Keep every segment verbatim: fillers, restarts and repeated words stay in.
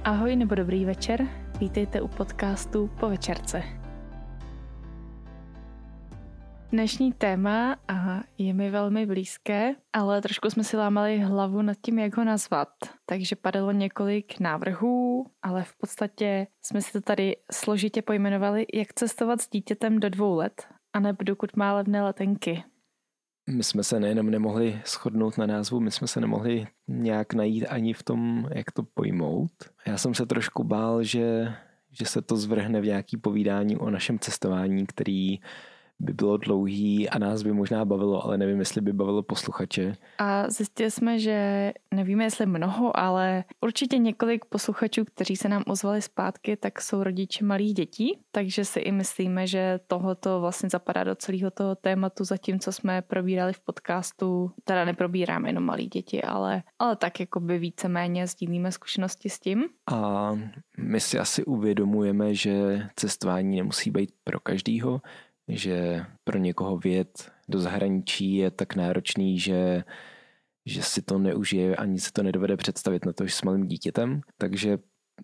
Ahoj nebo dobrý večer, vítejte u podcastu Po večerce. Dnešní téma a je mi velmi blízké, ale trošku jsme si lámali hlavu nad tím, jak ho nazvat. Takže padalo několik návrhů, ale v podstatě jsme si to tady složitě pojmenovali, jak cestovat s dítětem do dvou let, anebo dokud má levné letenky. My jsme se nejenom nemohli shodnout na názvu, my jsme se nemohli nějak najít ani v tom, jak to pojmout. Já jsem se trošku bál, že, že se to zvrhne v nějaký povídání o našem cestování, který by bylo dlouhý a nás by možná bavilo, ale nevím, jestli by bavilo posluchače. A zjistili jsme, že nevíme, jestli mnoho, ale určitě několik posluchačů, kteří se nám ozvali zpátky, tak jsou rodiče malých dětí, takže si i myslíme, že tohoto vlastně zapadá do celého toho tématu, zatímco jsme probírali v podcastu, teda neprobíráme jenom malí děti, ale, ale tak jakoby víceméně sdílíme zkušenosti s tím. A my si asi uvědomujeme, že cestování nemusí být pro každýho, že pro někoho vyjet do zahraničí je tak náročný, že, že si to neužije, ani si to nedovede představit na to, že s malým dítětem. Takže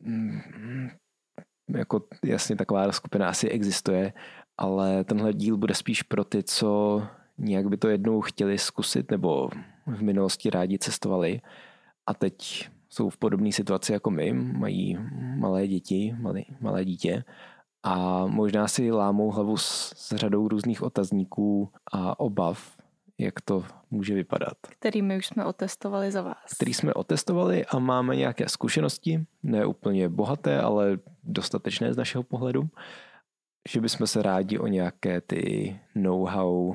jako jasně taková skupina asi existuje, ale tenhle díl bude spíš pro ty, co nějak by to jednou chtěli zkusit nebo v minulosti rádi cestovali a teď jsou v podobné situaci jako my, mají malé děti, malé, malé dítě. A možná si lámou hlavu s, s řadou různých otazníků a obav, jak to může vypadat. Který my už jsme otestovali za vás. Který jsme otestovali a máme nějaké zkušenosti, ne úplně bohaté, ale dostatečné z našeho pohledu, že bychom se rádi o nějaké ty know-how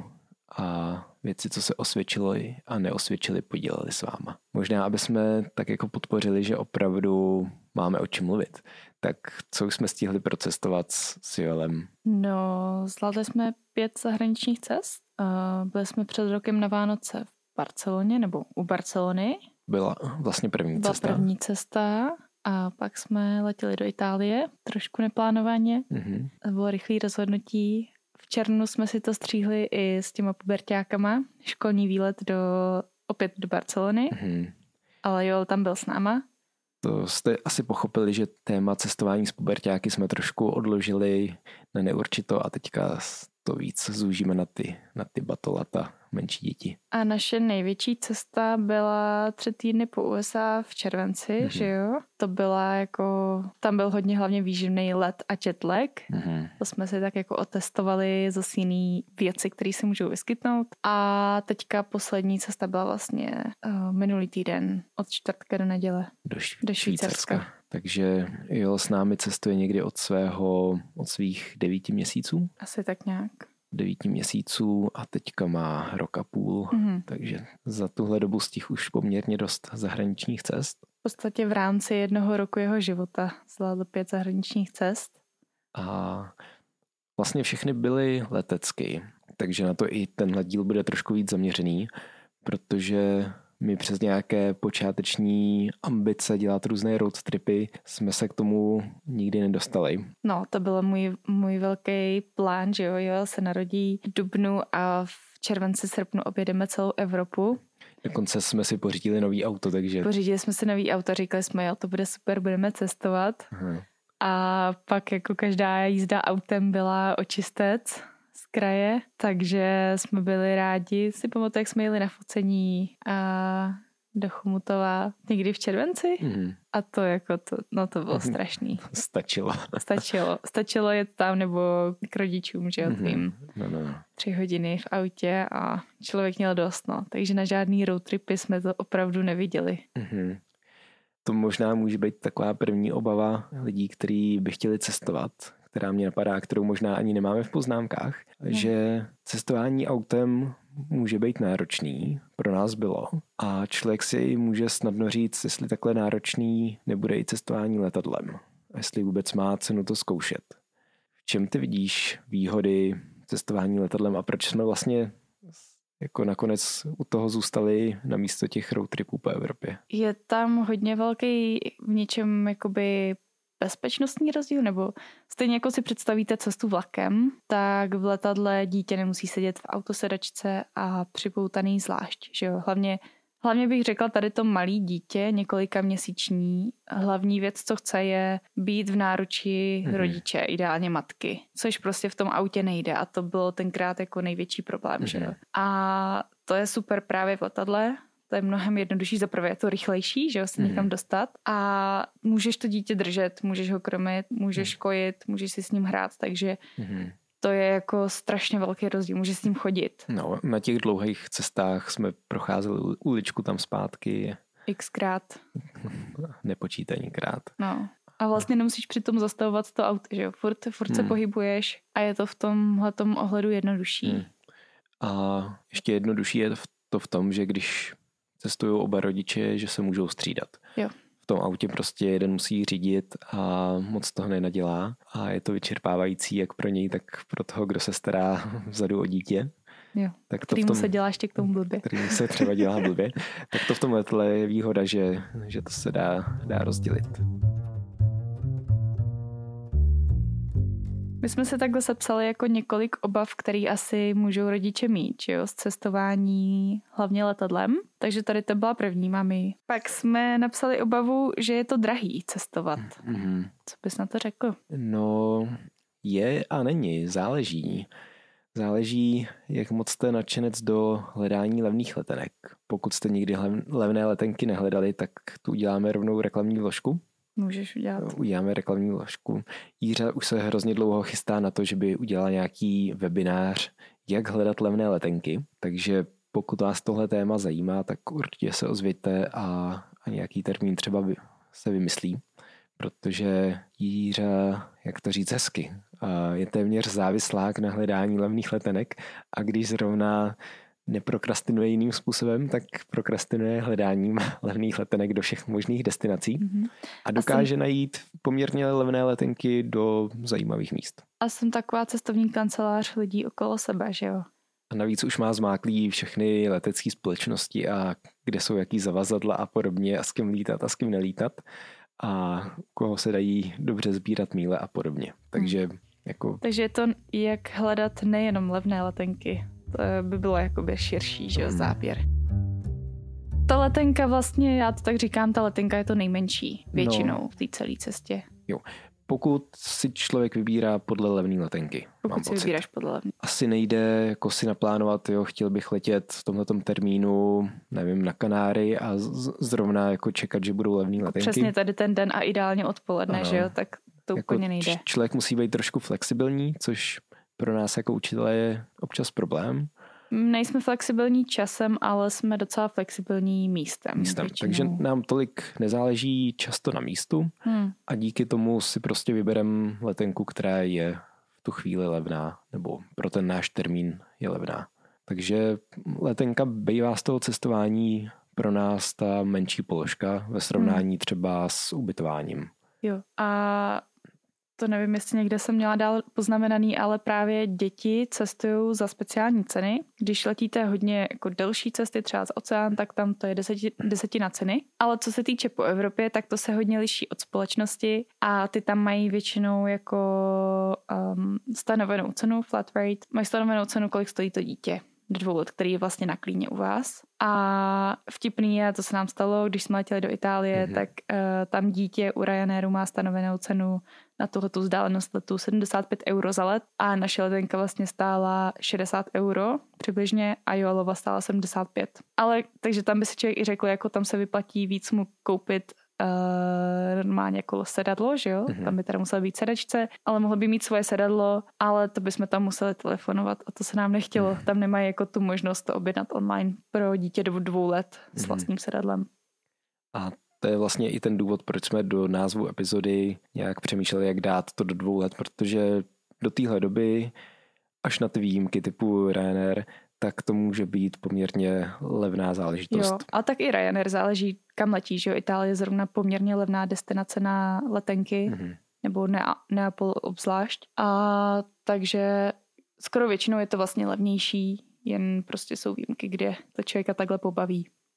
a věci, co se osvědčilo a neosvědčili, podělili s váma. Možná, aby jsme tak jako podpořili, že opravdu máme o čem mluvit. Tak co už jsme stihli procestovat s, s Joelem? No, zvládli jsme pět zahraničních cest. Byli jsme před rokem na Vánoce v Barceloně, nebo u Barcelony. Byla vlastně první Byla cesta. Byla první cesta a pak jsme letěli do Itálie, trošku neplánovaně. Mm-hmm. Bylo rychlé rozhodnutí. V červnu jsme si to stříhli i s těma puberťákama. Školní výlet do, opět do Barcelony. Mm-hmm. Ale Joel tam byl s náma. To jste asi pochopili, že téma cestování s puberťáky jsme trošku odložili na neurčito a teďka to víc zúžíme na ty, na ty batolata, menší děti. A naše největší cesta byla tři týdny po U S A v červenci, mm-hmm. že jo? To byla jako, tam byl hodně hlavně výživný let a jetlag. Mm-hmm. To jsme si tak jako otestovali zase jiný věci, které se můžou vyskytnout. A teďka poslední cesta byla vlastně uh, minulý týden od čtvrtka do neděle. Do, š- do Švýcarska. Švýcarska. Takže Joel s námi cestuje někdy od svého, od svých devíti měsíců. Asi tak nějak. devíti měsíců a teďka má rok a půl, mm-hmm. takže za tuhle dobu stih už poměrně dost zahraničních cest. V podstatě v rámci jednoho roku jeho života zvládl pět zahraničních cest. A vlastně všechny byly letecky, takže na to i tenhle díl bude trošku víc zaměřený, protože my přes nějaké počáteční ambice dělat různé road tripy jsme se k tomu nikdy nedostali. No, to byl můj, můj velký plán, že jo, jo, se narodí v dubnu a v červenci, srpnu objedeme celou Evropu. Dokonce jsme si pořídili nový auto, takže... Pořídili jsme si nový auto, říkali jsme, jo, to bude super, budeme cestovat. Aha. A pak jako každá jízda autem byla očistec z kraje, takže jsme byli rádi. Si pamatuju, jak jsme jeli na focení a do Chomutova někdy v červenci mm. a to jako to, no to bylo strašný. Stačilo. Stačilo. Stačilo jet tam nebo k rodičům, že jo, tvým. No, no. Tři hodiny v autě a člověk měl dost, no. Takže na žádný road tripy jsme to opravdu neviděli. Mm-hmm. To možná může být taková první obava lidí, kteří by chtěli cestovat, která mě napadá, kterou možná ani nemáme v poznámkách, no. Že cestování autem může být náročný, pro nás bylo. A člověk si může snadno říct, jestli takhle náročný nebude i cestování letadlem. A jestli vůbec má cenu to zkoušet. V čem ty vidíš výhody cestování letadlem a proč jsme vlastně jako nakonec u toho zůstali na místo těch road tripů po Evropě? Je tam hodně velký v něčem jakoby bezpečnostní rozdíl, nebo stejně jako si představíte cestu vlakem, tak v letadle dítě nemusí sedět v autosedačce a připoutaný zvlášť, že jo. Hlavně, Hlavně bych řekla tady to malý dítě, několika měsíční. Hlavní věc, co chce, je být v náručí mm-hmm. rodiče, ideálně matky, což prostě v tom autě nejde a to bylo tenkrát jako největší problém. Mm-hmm. Že jo? A to je super právě v letadle. To je mnohem jednodušší, za prvé je to rychlejší, že ho se někam dostat a můžeš to dítě držet, můžeš ho krmit, můžeš kojit, můžeš si s ním hrát, takže mm-hmm. to je jako strašně velký rozdíl, můžeš s ním chodit. No, na těch dlouhých cestách jsme procházeli uličku tam zpátky. Xkrát. Nepočítaníkrát. No. A vlastně nemusíš přitom zastavovat to auto, že jo? Furt, furt hmm. se pohybuješ a je to v tomhletom ohledu jednodušší. Hmm. A ještě jednodušší je to v tom, že když cestují oba rodiče, že se můžou střídat. Jo. V tom autě prostě jeden musí řídit a moc toho nenadělá a je to vyčerpávající jak pro něj, tak pro toho, kdo se stará vzadu o dítě. Jo, tak to kterýmu v tom, se dělá ještě k tomu blbě. Kterýmu se třeba dělá blbě. Tak to v tom letle je výhoda, že, že to se dá, dá rozdělit. My jsme se takhle sepsali jako několik obav, které asi můžou rodiče mít, že jo, z cestování hlavně letadlem. Takže tady to byla první, mami. Pak jsme napsali obavu, že je to drahý cestovat. Mm-hmm. Co bys na to řekl? No, je a není, záleží. Záleží, jak moc jste nadšenec do hledání levných letenek. Pokud jste nikdy levné letenky nehledali, tak tu uděláme rovnou reklamní vložku. Můžeš udělat. Uděláme reklamní vložku. Jíře už se hrozně dlouho chystá na to, že by udělala nějaký webinář, jak hledat levné letenky. Takže pokud vás tohle téma zajímá, tak určitě se ozvěte a, a nějaký termín třeba se vymyslí. Protože Jíra, jak to říct hezky, je téměř závislák na hledání levných letenek a když zrovna neprokrastinuje jiným způsobem, tak prokrastinuje hledáním levných letenek do všech možných destinací mm-hmm. a dokáže jsem... najít poměrně levné letenky do zajímavých míst. A jsem taková cestovní kancelář lidí okolo sebe, že jo? A navíc už má zmáklý všechny letecké společnosti a kde jsou jaký zavazadla a podobně a s kým lítat a s kým nelítat a u koho se dají dobře sbírat míle a podobně. Takže hmm. jako... Takže je to jak hledat nejenom levné letenky. To by bylo jakoby širší, že jo, hmm. záběr. Ta letenka vlastně, já to tak říkám, ta letenka je to nejmenší většinou no. v té celé cestě. Jo. Pokud si člověk vybírá podle levné letenky. Pokud si pocit. vybíráš podle levné. Asi nejde jako si naplánovat, jo, chtěl bych letět v tomhletom termínu, nevím, na Kanáry a z- zrovna jako čekat, že budou levné letenky. Přesně tady ten den a ideálně odpoledne, ano. že jo, tak to jako úplně nejde. Č- člověk musí být trošku flexibilní, což pro nás jako učitele je občas problém. Nejsme flexibilní časem, ale jsme docela flexibilní místem. místem. Takže nám tolik nezáleží často na místu hmm. a díky tomu si prostě vybereme letenku, která je v tu chvíli levná, nebo pro ten náš termín je levná. Takže letenka bývá z toho cestování pro nás ta menší položka ve srovnání hmm. třeba s ubytováním. Jo. A to nevím, jestli někde jsem měla dál poznamenaný, ale právě děti cestují za speciální ceny. Když letíte hodně jako delší cesty, třeba z oceán, tak tam to je deseti, desetina ceny. Ale co se týče po Evropě, tak to se hodně liší od společnosti a ty tam mají většinou jako um, stanovenou cenu, flat rate, mají stanovenou cenu, kolik stojí to dítě do dvou let, který je vlastně na klíně u vás. A vtipný je, to se nám stalo, když jsme letěli do Itálie, mm-hmm. tak uh, tam dítě u Ryanairu má stanovenou cenu na tuhletu vzdálenost letu sedmdesát pět euro za let a naše letenka vlastně stála šedesát euro přibližně a Joelova stála sedmdesát pět. Ale takže tam by si člověk i řekl, jako tam se vyplatí víc mu koupit Uh, normálně jako sedadlo, že jo? Mm-hmm. Tam by teda muselo být sedačce, ale mohlo by mít svoje sedadlo, ale to bychom tam museli telefonovat a to se nám nechtělo. Mm-hmm. Tam nemají jako tu možnost to objednat online pro dítě do dvou let s vlastním mm-hmm. sedadlem. A to je vlastně i ten důvod, proč jsme do názvu epizody nějak přemýšleli, jak dát to do dvou let, protože do téhle doby, až na ty výjimky typu Ryanair, tak to může být poměrně levná záležitost. Jo, a tak i Ryanair záleží, kam letí, že jo? Itálie je zrovna poměrně levná destinace na letenky, mm-hmm. nebo ne- Neapol obzvlášť. A takže skoro většinou je to vlastně levnější, jen prostě jsou výjimky, kde to člověka takhle pobaví.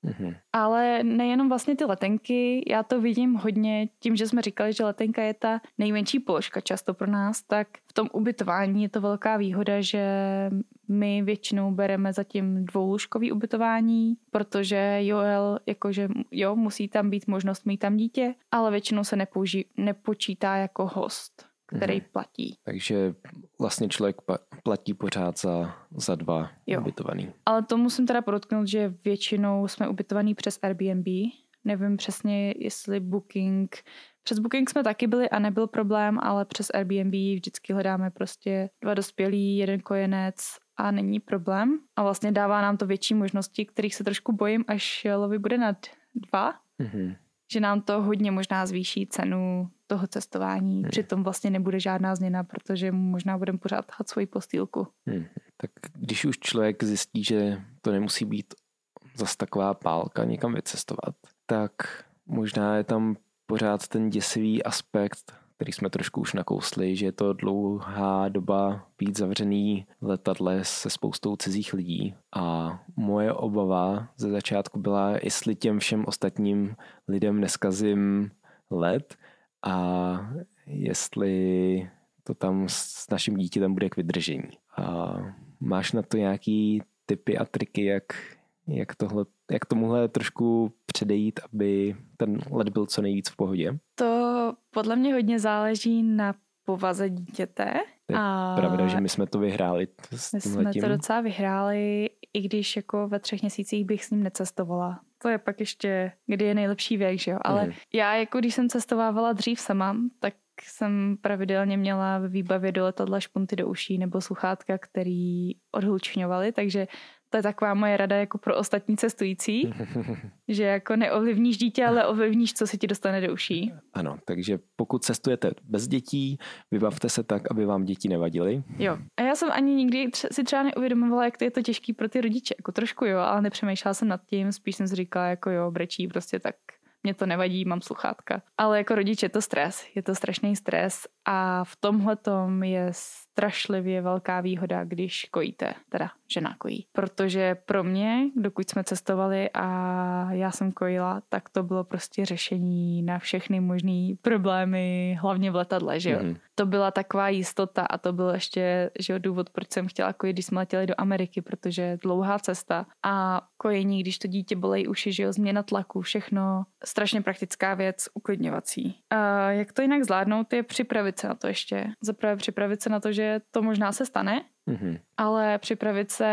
Mm-hmm. Ale nejenom vlastně ty letenky, já to vidím hodně tím, že jsme říkali, že letenka je ta nejmenší položka často pro nás, tak v tom ubytování je to velká výhoda, že my většinou bereme zatím dvoulůžkový ubytování, protože Joel, jakože jo, musí tam být možnost mít tam dítě, ale většinou se nepouží, nepočítá jako host, který mm-hmm. platí. Takže vlastně člověk platí pořád za, za dva jo. ubytovaný. Ale to musím teda podotknout, že většinou jsme ubytovaní přes Airbnb. Nevím přesně, jestli Booking... Přes Booking jsme taky byli a nebyl problém, ale přes Airbnb vždycky hledáme prostě dva dospělí, jeden kojenec a není problém. A vlastně dává nám to větší možnosti, kterých se trošku bojím, až Lovi bude nad dva. Mm-hmm. Že nám to hodně možná zvýší cenu toho cestování. Hmm. Přitom vlastně nebude žádná změna, protože mu možná budeme pořád tahat svoji postýlku. Hmm. Tak když už člověk zjistí, že to nemusí být zas taková pálka někam vycestovat, tak možná je tam pořád ten děsivý aspekt, který jsme trošku už nakousli, že je to dlouhá doba být zavřený v letadle se spoustou cizích lidí. A moje obava ze začátku byla, jestli těm všem ostatním lidem neskazím let a jestli to tam s naším dítětem bude k vydržení. A máš na to nějaký tipy a triky, jak, jak, tohle, jak tomuhle trošku předejít, aby ten let byl co nejvíc v pohodě? To podle mě hodně záleží na povaze dítěte. Je a pravda, že my jsme to vyhráli s My tímhletím. jsme to docela vyhráli, i když jako ve třech měsících bych s ním necestovala. To je pak ještě, kdy je nejlepší věk, že jo? Ale mm. já jako když jsem cestovávala dřív sama, tak jsem pravidelně měla v výbavě do letadla špunty do uší nebo sluchátka, který odhlučňovaly, takže to je taková moje rada jako pro ostatní cestující, že jako neovlivníš dítě, ale ovlivníš, co se ti dostane do uší. Ano, takže pokud cestujete bez dětí, vybavte se tak, aby vám děti nevadily. Jo. A já jsem ani nikdy tři, si třeba neuvědomovala, jak to je to těžký pro ty rodiče. Jako trošku jo, ale nepřemýšlela jsem nad tím, spíš jsem si říkala, jako jo, brečí, prostě tak mě to nevadí, mám sluchátka. Ale jako rodič je to stres, je to strašný stres a v tomhletom je strašlivě velká výhoda, když kojíte, teda žena kojí. Protože pro mě, dokud jsme cestovali a já jsem kojila, tak to bylo prostě řešení na všechny možný problémy, hlavně v letadle, že jo. Mm. To byla taková jistota a to byl ještě, že jo, důvod, proč jsem chtěla kojit, když jsme letěli do Ameriky, protože dlouhá cesta a kojení, když to dítě bolej uši, že jo, změna tlaku, všechno, strašně praktická věc, uklidňovací. A jak to jinak zvládnout, je připravit se na to ještě. Zaprvé připravit se na to, že to možná se stane, mm-hmm. ale připravit se,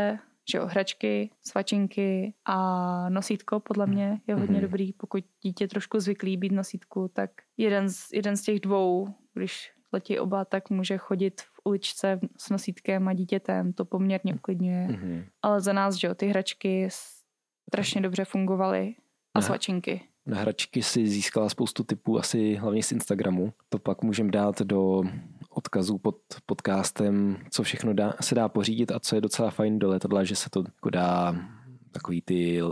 že jo, hračky, svačinky a nosítko podle mě je hodně mm-hmm. dobrý. Pokud dítě trošku zvyklý být nosítku, tak jeden z, jeden z těch dvou, když letí oba, tak může chodit v uličce s nosítkem a dítětem, to poměrně uklidňuje. Mm-hmm. Ale za nás, že jo, ty hračky strašně dobře fungovaly a Aha. svačinky. Na hračky si získala spoustu tipů, asi hlavně z Instagramu. To pak můžeme dát do odkazů pod podcastem, co všechno dá, se dá pořídit a co je docela fajn do letadla, že se to jako dá takový ty,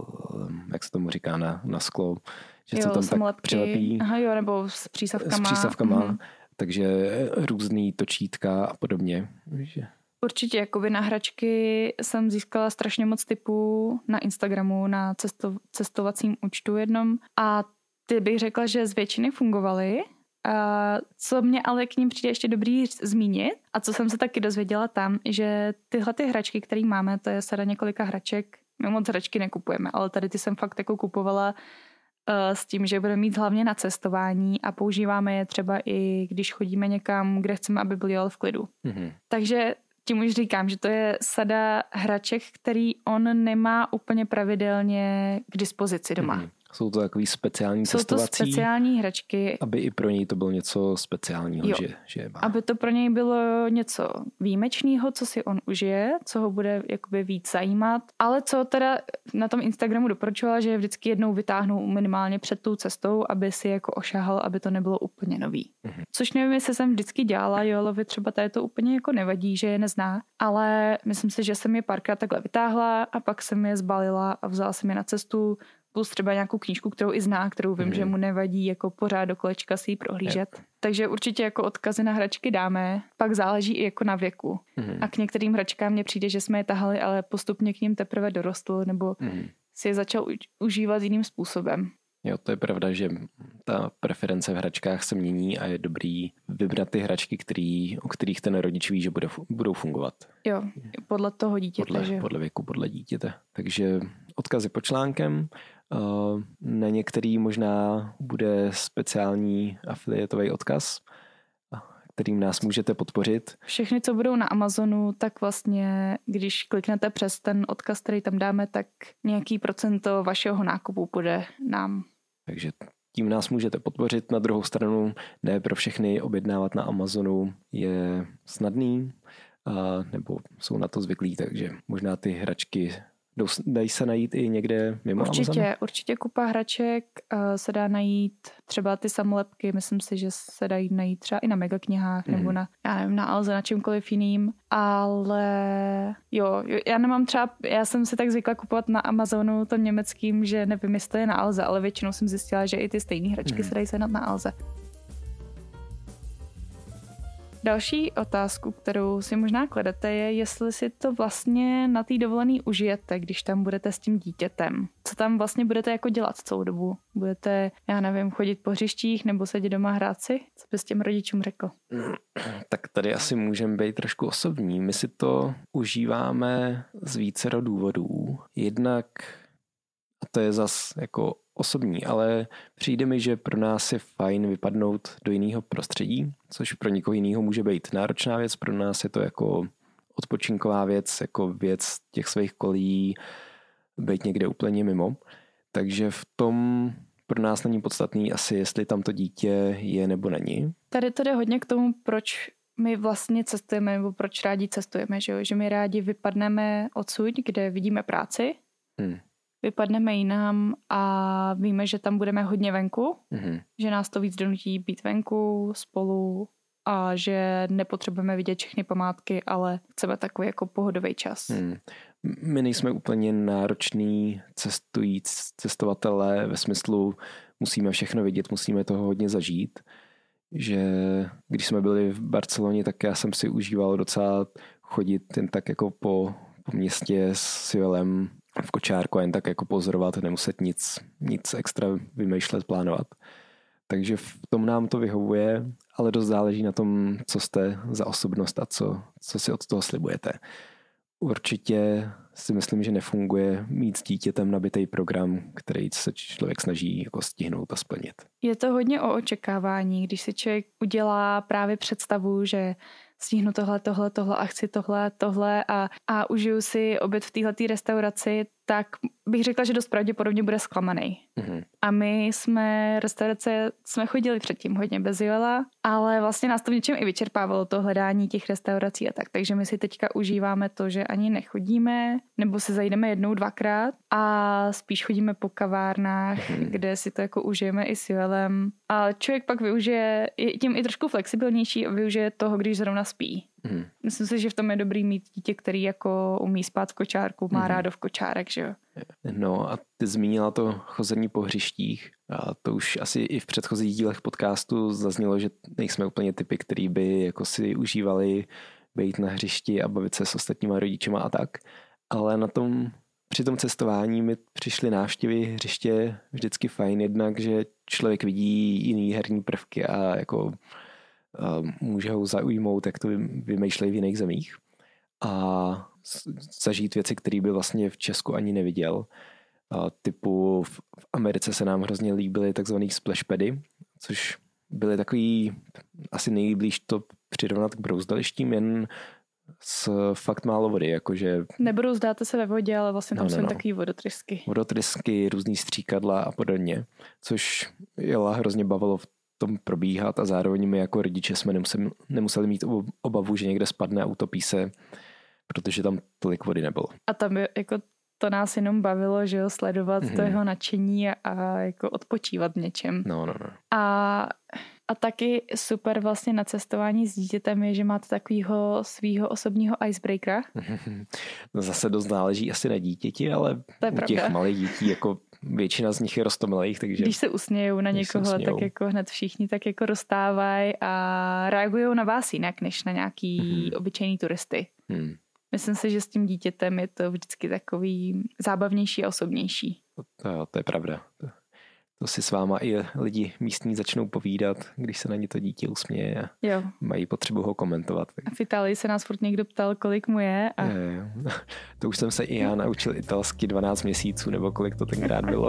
jak se tomu říká, na, na sklo, že jo, se tam samolepky. Tak přilepí. Aha jo, nebo s přísavkama. S přísavkama, mm-hmm. takže různý točítka a podobně. Že... Určitě, jakoby na hračky jsem získala strašně moc tipů na Instagramu, na cesto, cestovacím účtu jednom a ty bych řekla, že z většiny fungovaly. A co mě ale k ním přijde ještě dobrý zmínit a co jsem se taky dozvěděla tam, že tyhle ty hračky, které máme, to je sada několika hraček, my moc hračky nekupujeme, ale tady ty jsem fakt jako kupovala uh, s tím, že budeme mít hlavně na cestování a používáme je třeba i když chodíme někam, kde chceme, aby byl Joel v klidu. Mm-hmm. Takže tím už říkám, že to je sada hraček, který on nemá úplně pravidelně k dispozici doma. Mm-hmm. Jsou to takový speciální Jsou cestovací. Jsou to speciální hračky. Aby i pro něj to bylo něco speciálního, jo. že, že je má. Aby to pro něj bylo něco výjimečného, co si on užije, co ho bude jakoby víc zajímat. Ale co teda na tom Instagramu doporučovala, že vždycky jednou vytáhnou minimálně před tou cestou, aby si jako ošahal, aby to nebylo úplně nový. Mm-hmm. Což nevím, jestli jsem vždycky dělala, Joelovi třeba tady to úplně jako nevadí, že je nezná, ale myslím si, že jsem je párkrát takhle vytáhla a pak jsem je zbalila a vzala jsem je na cestu, plus třeba nějakou knížku, kterou i zná, kterou vím, mm. že mu nevadí jako pořád do kolečka si ji prohlížet. Yep. Takže určitě jako odkazy na hračky dáme, pak záleží i jako na věku. Mm. A k některým hračkám mně přijde, že jsme je tahali, ale postupně k ním teprve dorostl, nebo mm. si je začal užívat jiným způsobem. Jo, to je pravda, že ta preference v hračkách se mění a je dobrý vybrat ty hračky, který, o kterých ten rodič ví, že bude, budou fungovat. Jo, podle toho dítěte. Podle, že? podle věku, podle dítěte. Takže odkazy pod článkem. Na některý možná bude speciální afiliatový odkaz, kterým nás můžete podpořit. Všechny, co budou na Amazonu, tak vlastně, když kliknete přes ten odkaz, který tam dáme, tak nějaký procento vašeho nákupu bude nám. Takže tím nás můžete podpořit. Na druhou stranu ne pro všechny objednávat na Amazonu je snadný, a, nebo jsou na to zvyklí, takže možná ty hračky dají se najít i někde mimo určitě, Amazon? Určitě kupa hraček uh, se dá najít, třeba ty samolepky, myslím si, že se dají najít třeba i na megaknihách, mm. nebo na, já nevím, na Alze, na čímkoliv jiným, ale jo, já nemám třeba, já jsem si tak zvykla kupovat na Amazonu tom německým, že nevím, jestli to je na Alze, ale většinou jsem zjistila, že i ty stejné hračky mm. se dají sehnat na Alze. Další otázku, kterou si možná kladete, je, jestli si to vlastně na té dovolený užijete, když tam budete s tím dítětem. Co tam vlastně budete jako dělat celou dobu? Budete, já nevím, chodit po hřištích nebo sedět doma hrát si? Co bys těm rodičům řekl? Tak tady asi můžeme být trošku osobní. My si to užíváme z vícero důvodů. Jednak, a to je zas jako osobní, ale přijde mi, že pro nás je fajn vypadnout do jiného prostředí, což pro někoho jiného může být náročná věc, pro nás je to jako odpočinková věc, jako věc těch svých kolí, být někde úplně mimo. Takže v tom pro nás není podstatný asi, jestli tam to dítě je nebo není. Tady to jde hodně k tomu, proč my vlastně cestujeme, nebo proč rádi cestujeme, že, jo? Že my rádi vypadneme odsud, kde vidíme práci, hmm. vypadneme jinam a víme, že tam budeme hodně venku, mm-hmm. že nás to víc donutí být venku spolu a že nepotřebujeme vidět všechny památky, ale chceme takový jako pohodový čas. Mm. My nejsme úplně nároční cestujíc, cestovatelé ve smyslu musíme všechno vidět, musíme toho hodně zažít. Že když jsme byli v Barceloně, tak já jsem si užíval docela chodit jen tak jako po, po městě s Joelem v kočárku a jen tak jako pozorovat, nemuset nic, nic extra vymýšlet, plánovat. Takže v tom nám to vyhovuje, ale dost záleží na tom, co jste za osobnost a co, co si od toho slibujete. Určitě si myslím, že nefunguje mít s dítětem nabitý program, který se člověk snaží jako stihnout a splnit. Je to hodně o očekávání, když si člověk udělá právě představu, že stihnu tohle, tohle, tohle a chci tohle, tohle a, a užiju si oběd v téhletý restauraci, tak bych řekla, že dost pravděpodobně bude zklamaný. Mm-hmm. A my jsme restaurace, jsme chodili předtím hodně bez Joela, ale vlastně nás to v něčem i vyčerpávalo to hledání těch restaurací a tak. Takže my si teďka užíváme to, že ani nechodíme, nebo si zajdeme jednou, dvakrát a spíš chodíme po kavárnách, mm-hmm. kde si to jako užijeme i s Joelem. A člověk pak využije, je tím i trošku flexibilnější a využije toho, když zrovna spí. Mm. Myslím si, že v tom je dobrý mít dítě, který jako umí spát v kočárku, má mm. rádo v kočárek, že jo? No a ty zmínila to chození po hřištích a to už asi i v předchozích dílech podcastu zaznělo, že nejsme úplně typy, který by jako si užívali být na hřišti a bavit se s ostatníma rodičema a tak, ale na tom při tom cestování mi přišly návštěvy hřiště vždycky fajn, jednak, že člověk vidí jiný herní prvky a jako může ho zaujmout, jak to vymýšlejí v jiných zemích a zažít věci, které by vlastně v Česku ani neviděl. A typu v Americe se nám hrozně líbily takzvaný splashpady, což byly takový asi nejblíž to přirovnat k brouzdalištím, jen s fakt málo vody, jakože... Nebrouzdáte se ve vodě, ale vlastně tam no, no, jsou no. takový vodotrysky. Vodotrysky, různý stříkadla a podobně, což Jela hrozně bavilo v tom probíhat a zároveň my jako rodiče jsme nemuseli, nemuseli mít obavu, že někde spadne a utopí se, protože tam tolik vody nebylo. A tam jako to nás jenom bavilo, že jo, sledovat mm-hmm. to jeho nadšení a, a jako odpočívat v něčem. No, no, no. A, a taky super vlastně na cestování s dítětem je, že máte takovýho svýho osobního icebreakera. No zase dost záleží asi na dítěti, ale u pravda. Těch malých dětí jako většina z nich je roztomilých, takže... Když se usmějou na někoho, tak jako hned všichni tak jako rozstávají a reagují na vás jinak, než na nějaký mm-hmm. obyčejný turisty. Hmm. myslím si, že s tím dítětem je to vždycky takový zábavnější a osobnější. To, to, to je pravda. To, to si s váma i lidi místní začnou povídat, když se na ně to dítě usměje a jo. mají potřebu ho komentovat. A v Itálii se nás furt někdo ptal, kolik mu je. A... Je, je. To už jsem se i já naučil italsky dvanáct měsíců, nebo kolik to tenkrát bylo.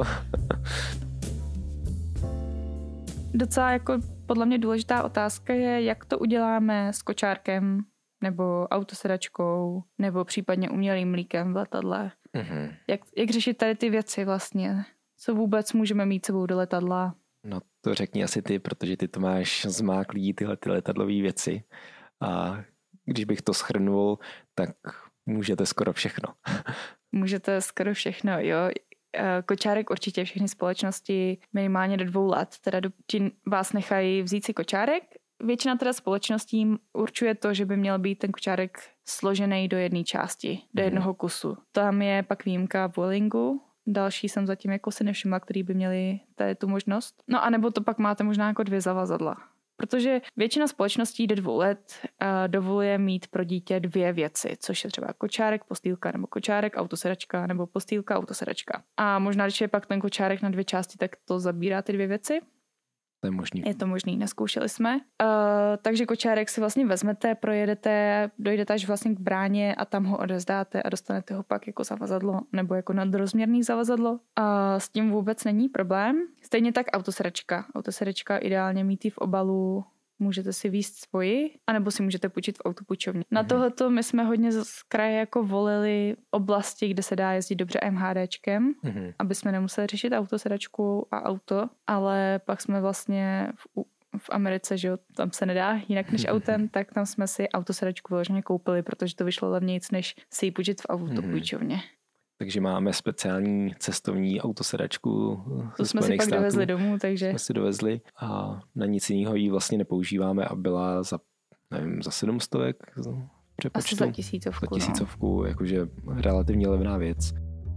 Docela jako podle mě důležitá otázka je, jak to uděláme s kočárkem nebo autosedačkou nebo případně umělým mlíkem v letadle. Mm-hmm. Jak, jak řešit tady ty věci vlastně? Co vůbec můžeme mít sebou do letadla? No to řekni asi ty, protože ty to máš zmáklý tyhle ty letadlové věci. A když bych to shrnul, tak můžete skoro všechno. Můžete skoro všechno, jo. Kočárek určitě všechny společnosti minimálně do dvou let. Teda do, vás nechají vzít si kočárek. Většina teda společností určuje to, že by měl být ten kočárek složený do jedné části, do jednoho kusu. Tam je pak výjimka v Vuelingu. Další jsem zatím jako si nevšimla, který by měli tady tu možnost. No a nebo to pak máte možná jako dvě zavazadla. Protože většina společností do dvou let uh, dovoluje mít pro dítě dvě věci, což je třeba kočárek, postýlka nebo kočárek, autosedačka nebo postýlka, autosedačka. A možná, když je pak ten kočárek na dvě části, tak to zabírá ty dvě věci. To je možný. Je to možný, neskoušeli jsme. Uh, takže kočárek si vlastně vezmete, projedete, dojdete až vlastně k bráně a tam ho odezdáte a dostanete ho pak jako zavazadlo nebo jako nadrozměrný zavazadlo. A s tím vůbec není problém. Stejně tak autosedačka. Autosedačka ideálně mít v obalu, můžete si víct svoji, anebo si můžete půjčit v autopůjčovně. Na mm-hmm. tohoto my jsme hodně z kraje jako volili oblasti, kde se dá jezdit dobře MHDčkem, mm-hmm. aby jsme nemuseli řešit autosedačku a auto, ale pak jsme vlastně v, v Americe, že jo, tam se nedá jinak než autem, tak tam jsme si autosedačku vyloženě koupili, protože to vyšlo levnějc, než si ji půjčit v autopůjčovně. Mm-hmm. Takže máme speciální cestovní autosedačku. To jsme si pak států. dovezli domů, takže... Jsme si dovezli a na nic jiného ji vlastně nepoužíváme a byla za, nevím, za sedm stovek přepočtu. Asi za tisícovku. Za tisícovku, no. Jakože relativně levná věc.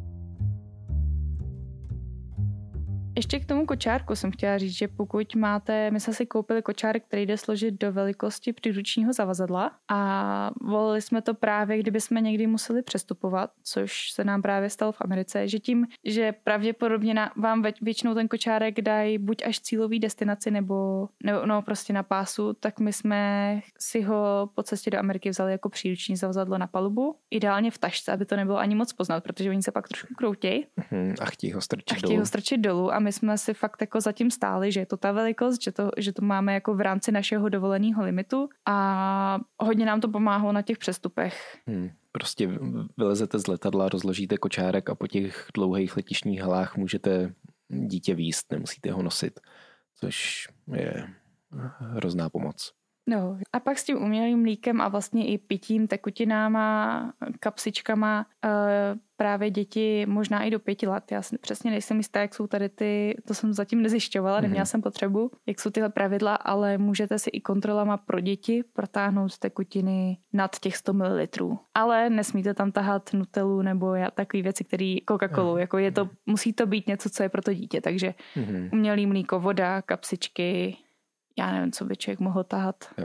Ještě k tomu kočárku jsem chtěla říct, že pokud máte, my jsme si koupili kočárek, který jde složit do velikosti příručního zavazadla a volili jsme to právě, kdyby jsme někdy museli přestupovat, což se nám právě stalo v Americe, že tím, že pravděpodobně na, vám většinou ten kočárek dají buď až cílový destinaci nebo, nebo no, prostě na pásu, tak my jsme si ho po cestě do Ameriky vzali jako příruční zavazadlo na palubu, ideálně v tašce, aby to nebylo ani moc poznat, protože oni se pak trošku kroutějí. A chtějí ho strčit a chtějí ho strčit dolů a my jsme si fakt jako zatím stáli, že je to ta velikost, že to, že to máme jako v rámci našeho dovoleného limitu a hodně nám to pomáhalo na těch přestupech. Hmm, prostě vylezete z letadla, rozložíte kočárek a po těch dlouhých letišních halách můžete dítě vízt, nemusíte ho nosit, což je hrozná pomoc. No, a pak s tím umělým mlíkem a vlastně i pitím, tekutinama, kapsičkama e, právě děti možná i do pěti let. Já si přesně nejsem jistá, jak jsou tady ty, to jsem zatím nezjišťovala, mm-hmm. neměla jsem potřebu, jak jsou tyhle pravidla, ale můžete si i kontrolama pro děti protáhnout tekutiny nad těch sto mililitrů. Ale nesmíte tam tahat Nutellu nebo takové věci, které Coca-Colu, mm-hmm. jako je to, musí to být něco, co je pro to dítě, takže mm-hmm. umělý mlíko, voda, kapsičky, já nevím, co by člověk mohl tahat. Jo.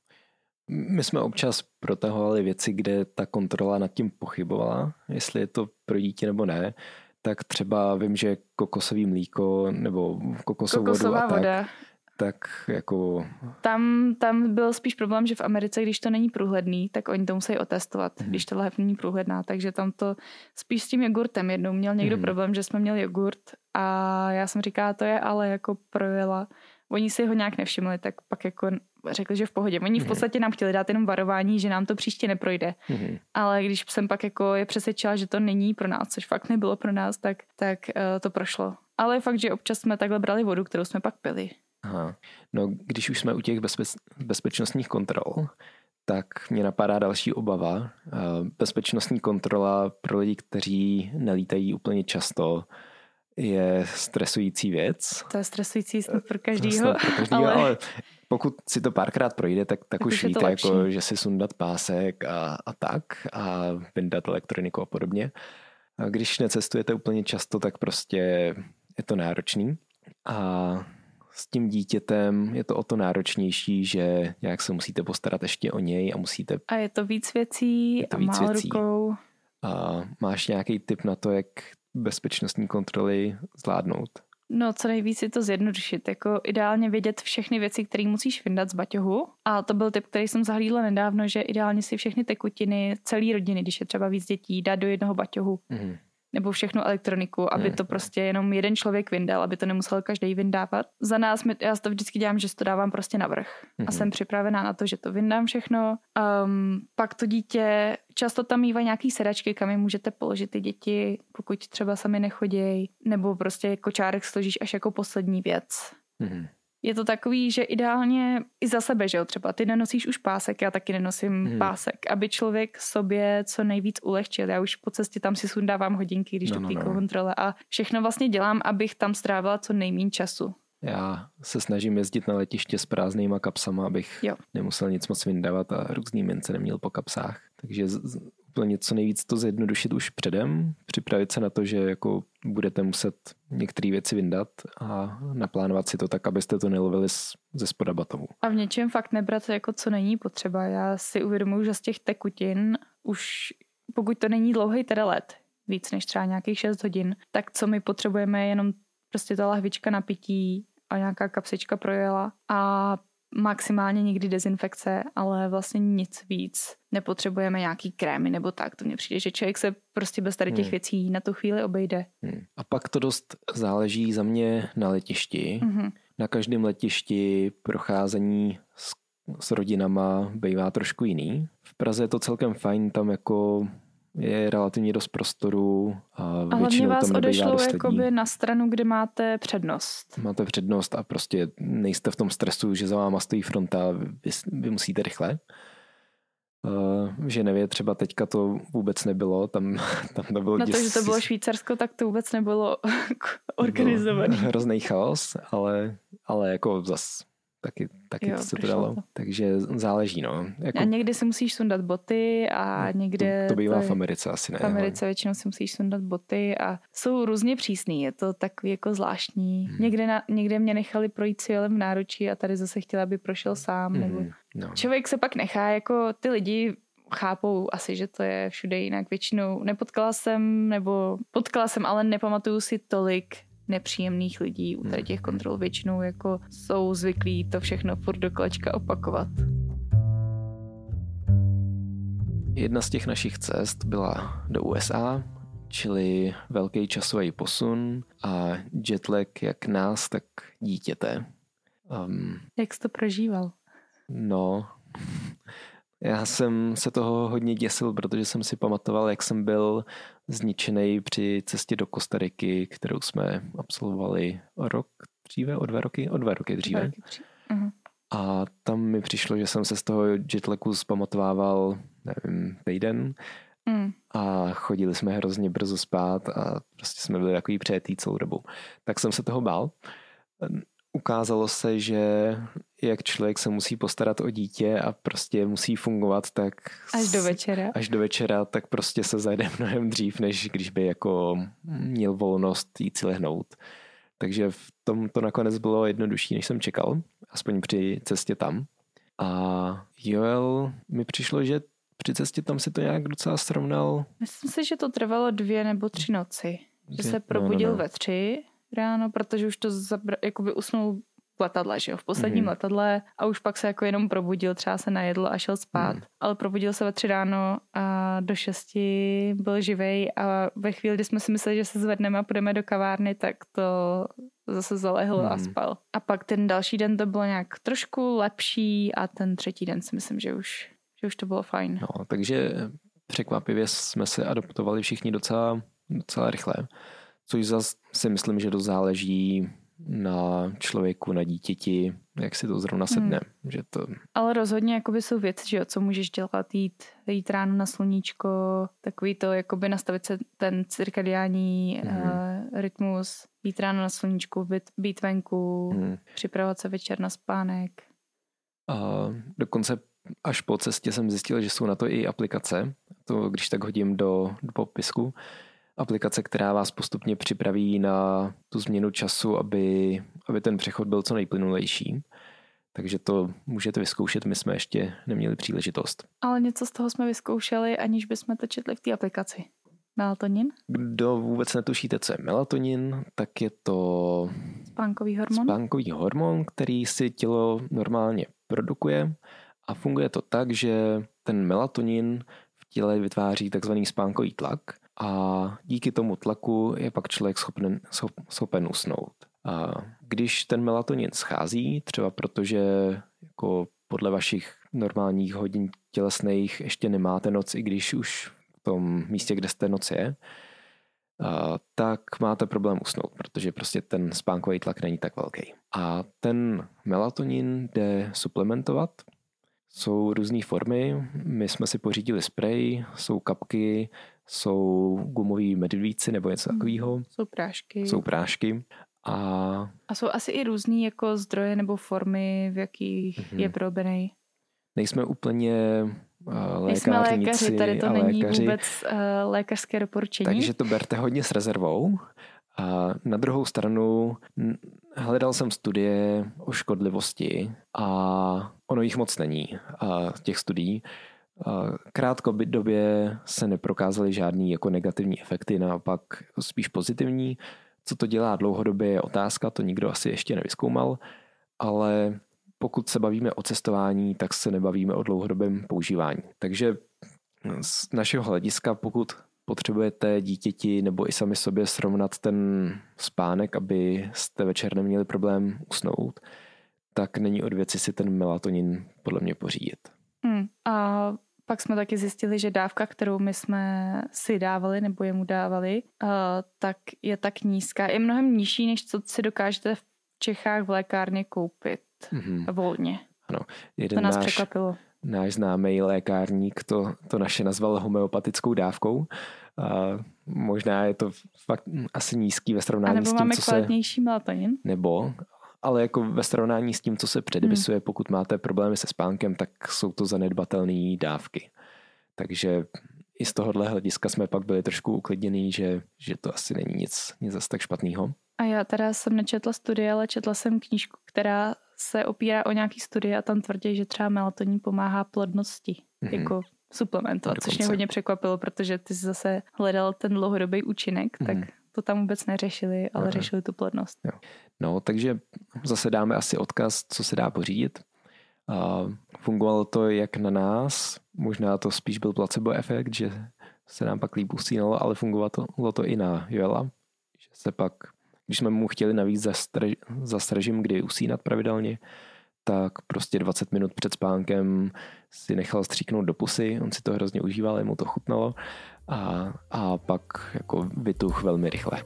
My jsme občas protahovali věci, kde ta kontrola nad tím pochybovala, jestli je to pro dítě nebo ne. Tak třeba vím, že kokosový mlíko nebo kokosovou vodu a tak, voda. tak jako... Tam, tam byl spíš problém, že v Americe, když to není průhledný, tak oni to musí otestovat, hmm. když ta lahev není průhledná. Takže tam to spíš s tím jogurtem. Jednou měl někdo hmm. problém, že jsme měli jogurt a já jsem říkala, to je ale jako projela. Oni si ho nějak nevšimli, tak pak jako řekli, že v pohodě. Oni v podstatě nám chtěli dát jenom varování, že nám to příště neprojde. Mm-hmm. Ale když jsem pak jako je přesvědčila, že to není pro nás, což fakt nebylo pro nás, tak, tak uh, to prošlo. Ale je fakt, že občas jsme takhle brali vodu, kterou jsme pak pili. Aha. No, když už jsme u těch bezpe- bezpečnostních kontrol, tak mě napadá další obava. Bezpečnostní kontrola pro lidi, kteří nelítají úplně často, je stresující věc. To je stresující snad pro každýho. Snad pro každýho ale... ale pokud si to párkrát projde, tak, tak, tak už víte, jako, že si sundat pásek a, a tak a vyndat elektroniku a podobně. A když necestujete úplně často, tak prostě je to náročný. A s tím dítětem je to o to náročnější, že nějak se musíte postarat ještě o něj a musíte... A je to víc věcí to a víc málo věcí. rukou. A máš nějaký tip na to, jak bezpečnostní kontroly zvládnout? No, co nejvíc si to zjednodušit. Jako ideálně vědět všechny věci, které musíš vyndat z baťohu. A to byl tip, který jsem zahlídla nedávno, že ideálně si všechny tekutiny celé rodiny, když je třeba víc dětí, dát do jednoho baťohu. Mm. Nebo všechnu elektroniku, aby to prostě jenom jeden člověk vyndal, aby to nemusel každý vyndávat. Za nás, já to vždycky dělám, že to dávám prostě navrch. Mm-hmm. A jsem připravená na to, že to vyndám všechno. Um, pak to dítě, často tam mývají nějaký sedačky, kam je můžete položit ty děti, pokud třeba sami nechodějí, nebo prostě kočárek složíš až jako poslední věc. Mm-hmm. Je to takový, že ideálně i za sebe, že jo, třeba ty nenosíš už pásek, já taky nenosím hmm. pásek, aby člověk sobě co nejvíc ulehčil. Já už po cestě tam si sundávám hodinky, když no, jdu k té no, no. kontrole a všechno vlastně dělám, abych tam strávila co nejméně času. Já se snažím jezdit na letiště s prázdnýma kapsama, abych jo. nemusel nic moc vyndávat a různý mince neměl po kapsách. Takže z, úplně co nejvíc to zjednodušit už předem, připravit se na to, že jako budete muset některé věci vyndat a naplánovat si to tak, abyste to nelovili z, ze spoda batohu. A v něčem fakt nebrat jako co není potřeba. Já si uvědomuji, že z těch tekutin už, pokud to není dlouhý teda let, víc než třeba nějakých šest hodin, tak co my potřebujeme je jenom prostě ta lahvička na pití a nějaká kapsička pro jela a maximálně někdy dezinfekce, ale vlastně nic víc. Nepotřebujeme nějaký krémy nebo tak. To mně přijde, že člověk se prostě bez tady těch hmm. věcí na tu chvíli obejde. Hmm. A pak to dost záleží za mě na letišti. Hmm. Na každém letišti procházení s, s rodinama bývá trošku jiný. V Praze je to celkem fajn, tam jako je relativně dost prostoru a, a hlavně vás odešlou jakoby na stranu, kde máte přednost. Máte přednost a prostě nejste v tom stresu, že za váma stojí fronta, vy, vy musíte rychle. V Ženevě třeba teďka to vůbec nebylo, tam, tam to bylo... Na to, děs... že to bylo Švýcarsko, tak to vůbec nebylo organizované. Hrozný chaos, ale, ale jako zas taky, taky jo, se to dalo. To. Takže záleží, no. Jako... A někdy si musíš sundat boty a někde... To, to bývá to... v Americe asi ne. V Americe ale... většinou si musíš sundat boty a jsou různě přísný, je to takový jako zvláštní. Hmm. Někde, na, někde mě nechali projít s jelem v náručí a tady zase chtěla, aby prošel sám. Hmm. Nebo... No. Člověk se pak nechá, jako ty lidi chápou asi, že to je všude jinak. Většinou nepotkala jsem, nebo potkala jsem, ale nepamatuju si tolik nepříjemných lidí u tady těch kontrol. Většinou jako jsou zvyklí to všechno furt do kolečka opakovat. Jedna z těch našich cest byla do U S A, čili velký časový posun a jetlag jak nás, tak dítěte. Um, jak jsi to prožíval? No, já jsem se toho hodně děsil, protože jsem si pamatoval, jak jsem byl zničený při cestě do Kostariky, kterou jsme absolvovali o rok dříve, o dva roky, o dva roky dříve. Dva roky dříve. Uh-huh. A tam mi přišlo, že jsem se z toho jetlagu zpamatovával, nevím, týden mm. a chodili jsme hrozně brzo spát a prostě jsme byli takový přejetý celou dobu. Tak jsem se toho bál. Ukázalo se, že jak člověk se musí postarat o dítě a prostě musí fungovat tak až do večera. Až do večera, tak prostě se zajde mnohem dřív, než když by jako měl volnost jít si lehnout. Takže v tom to nakonec bylo jednodušší, než jsem čekal, aspoň při cestě tam. A Joel mi přišlo, že při cestě tam si to nějak docela srovnal. Myslím si, že to trvalo dvě nebo tři noci. Že se probudil no, no, no. ve tři ráno, protože už to zabra- jakoby usnul v letadle, že jo, v posledním mm-hmm. letadle a už pak se jako jenom probudil, třeba se najedl a šel spát, mm. ale probudil se ve tři ráno a do šesti byl živej a ve chvíli, kdy jsme si mysleli, že se zvedneme a půjdeme do kavárny, tak to zase zalehl mm. a spal. A pak ten další den to bylo nějak trošku lepší a ten třetí den si myslím, že už, že už to bylo fajn. No, takže překvapivě jsme se adaptovali všichni docela, docela rychle, což zase si myslím, že to záleží na člověku, na dítěti, jak si to zrovna sedne. Hmm. Že to... Ale rozhodně jakoby jsou věci, že jo, co můžeš dělat, jít, jít ráno na sluníčko, takový to, jakoby nastavit se ten cirkadiální hmm. uh, rytmus, jít ráno na sluníčku, být, být venku, hmm. připravovat se večer na spánek. A dokonce až po cestě jsem zjistil, že jsou na to i aplikace, to když tak hodím do, do popisku, aplikace, která vás postupně připraví na tu změnu času, aby, aby ten přechod byl co nejplynulejší. Takže to můžete vyzkoušet, my jsme ještě neměli příležitost. Ale něco z toho jsme vyzkoušeli, aniž bychom to četli v té aplikaci. Melatonin? Kdo vůbec netušíte, co je melatonin, tak je to spánkový hormon, spánkový hormon, který si tělo normálně produkuje a funguje to tak, že ten melatonin v těle vytváří takzvaný spánkový tlak a díky tomu tlaku je pak člověk schopen, schopen usnout. A když ten melatonin schází, třeba protože jako podle vašich normálních hodin tělesných ještě nemáte noc, i když už v tom místě, kde jste noc je, a tak máte problém usnout, protože prostě ten spánkový tlak není tak velký. A ten melatonin jde suplementovat. Jsou různé formy. My jsme si pořídili sprej, jsou kapky, jsou gumový medvíci nebo něco takového. Jsou prášky. Jsou prášky. A, a jsou asi i různý jako zdroje nebo formy, v jakých mm-hmm. je vyrobený. Nejsme úplně uh, lékárníci. Nejsme lékaři, tady to není lékaři, vůbec uh, lékařské doporučení. Takže to berte hodně s rezervou. A na druhou stranu hledal jsem studie o škodlivosti a ono jich moc není, a těch studií. Krátkodobě se neprokázaly žádný jako negativní efekty, naopak spíš pozitivní. Co to dělá dlouhodobě je otázka, to nikdo asi ještě nevyzkoumal, ale pokud se bavíme o cestování, tak se nebavíme o dlouhodobém používání. Takže z našeho hlediska, pokud potřebujete dítěti nebo i sami sobě srovnat ten spánek, aby jste večer neměli problém usnout, tak není od věci si ten melatonin podle mě pořídit. Hmm. A pak jsme taky zjistili, že dávka, kterou my jsme si dávali nebo jemu dávali, uh, tak je tak nízká. Je mnohem nižší, než co si dokážete v Čechách v lékárně koupit mm-hmm. volně. Ano. To nás náš, překvapilo. Náš známý lékárník to, to naše nazval homeopatickou dávkou. A možná je to fakt asi nízký ve srovnání s tím, máme co se... kvalitnější melatonin. Nebo, ale jako ve srovnání s tím, co se předepisuje, hmm. pokud máte problémy se spánkem, tak jsou to zanedbatelné dávky. Takže i z tohohle hlediska jsme pak byli trošku uklidnění, že, že to asi není nic, nic zase tak špatného. A já teda jsem nečetla studie, ale četla jsem knížku, která se opírá o nějaký studie a tam tvrdí, že třeba melatonin pomáhá plodnosti. Hmm. Jako suplementovat, což mě hodně překvapilo, protože ty jsi zase hledal ten dlouhodobý účinek, tak mm. to tam vůbec neřešili, ale Aha. řešili tu plodnost. Jo. No, takže zase dáme asi odkaz, co se dá pořídit. A fungovalo to jak na nás, možná to spíš byl placebo efekt, že se nám pak líp usínalo, ale fungovalo to, to i na Joela, že se pak, když jsme mu chtěli navíc zas režim, kdy usínat pravidelně, tak prostě dvacet minut před spánkem si nechal stříknout do pusy, on si to hrozně užíval, jemu to chutnalo a, a pak jako vytuch velmi rychle.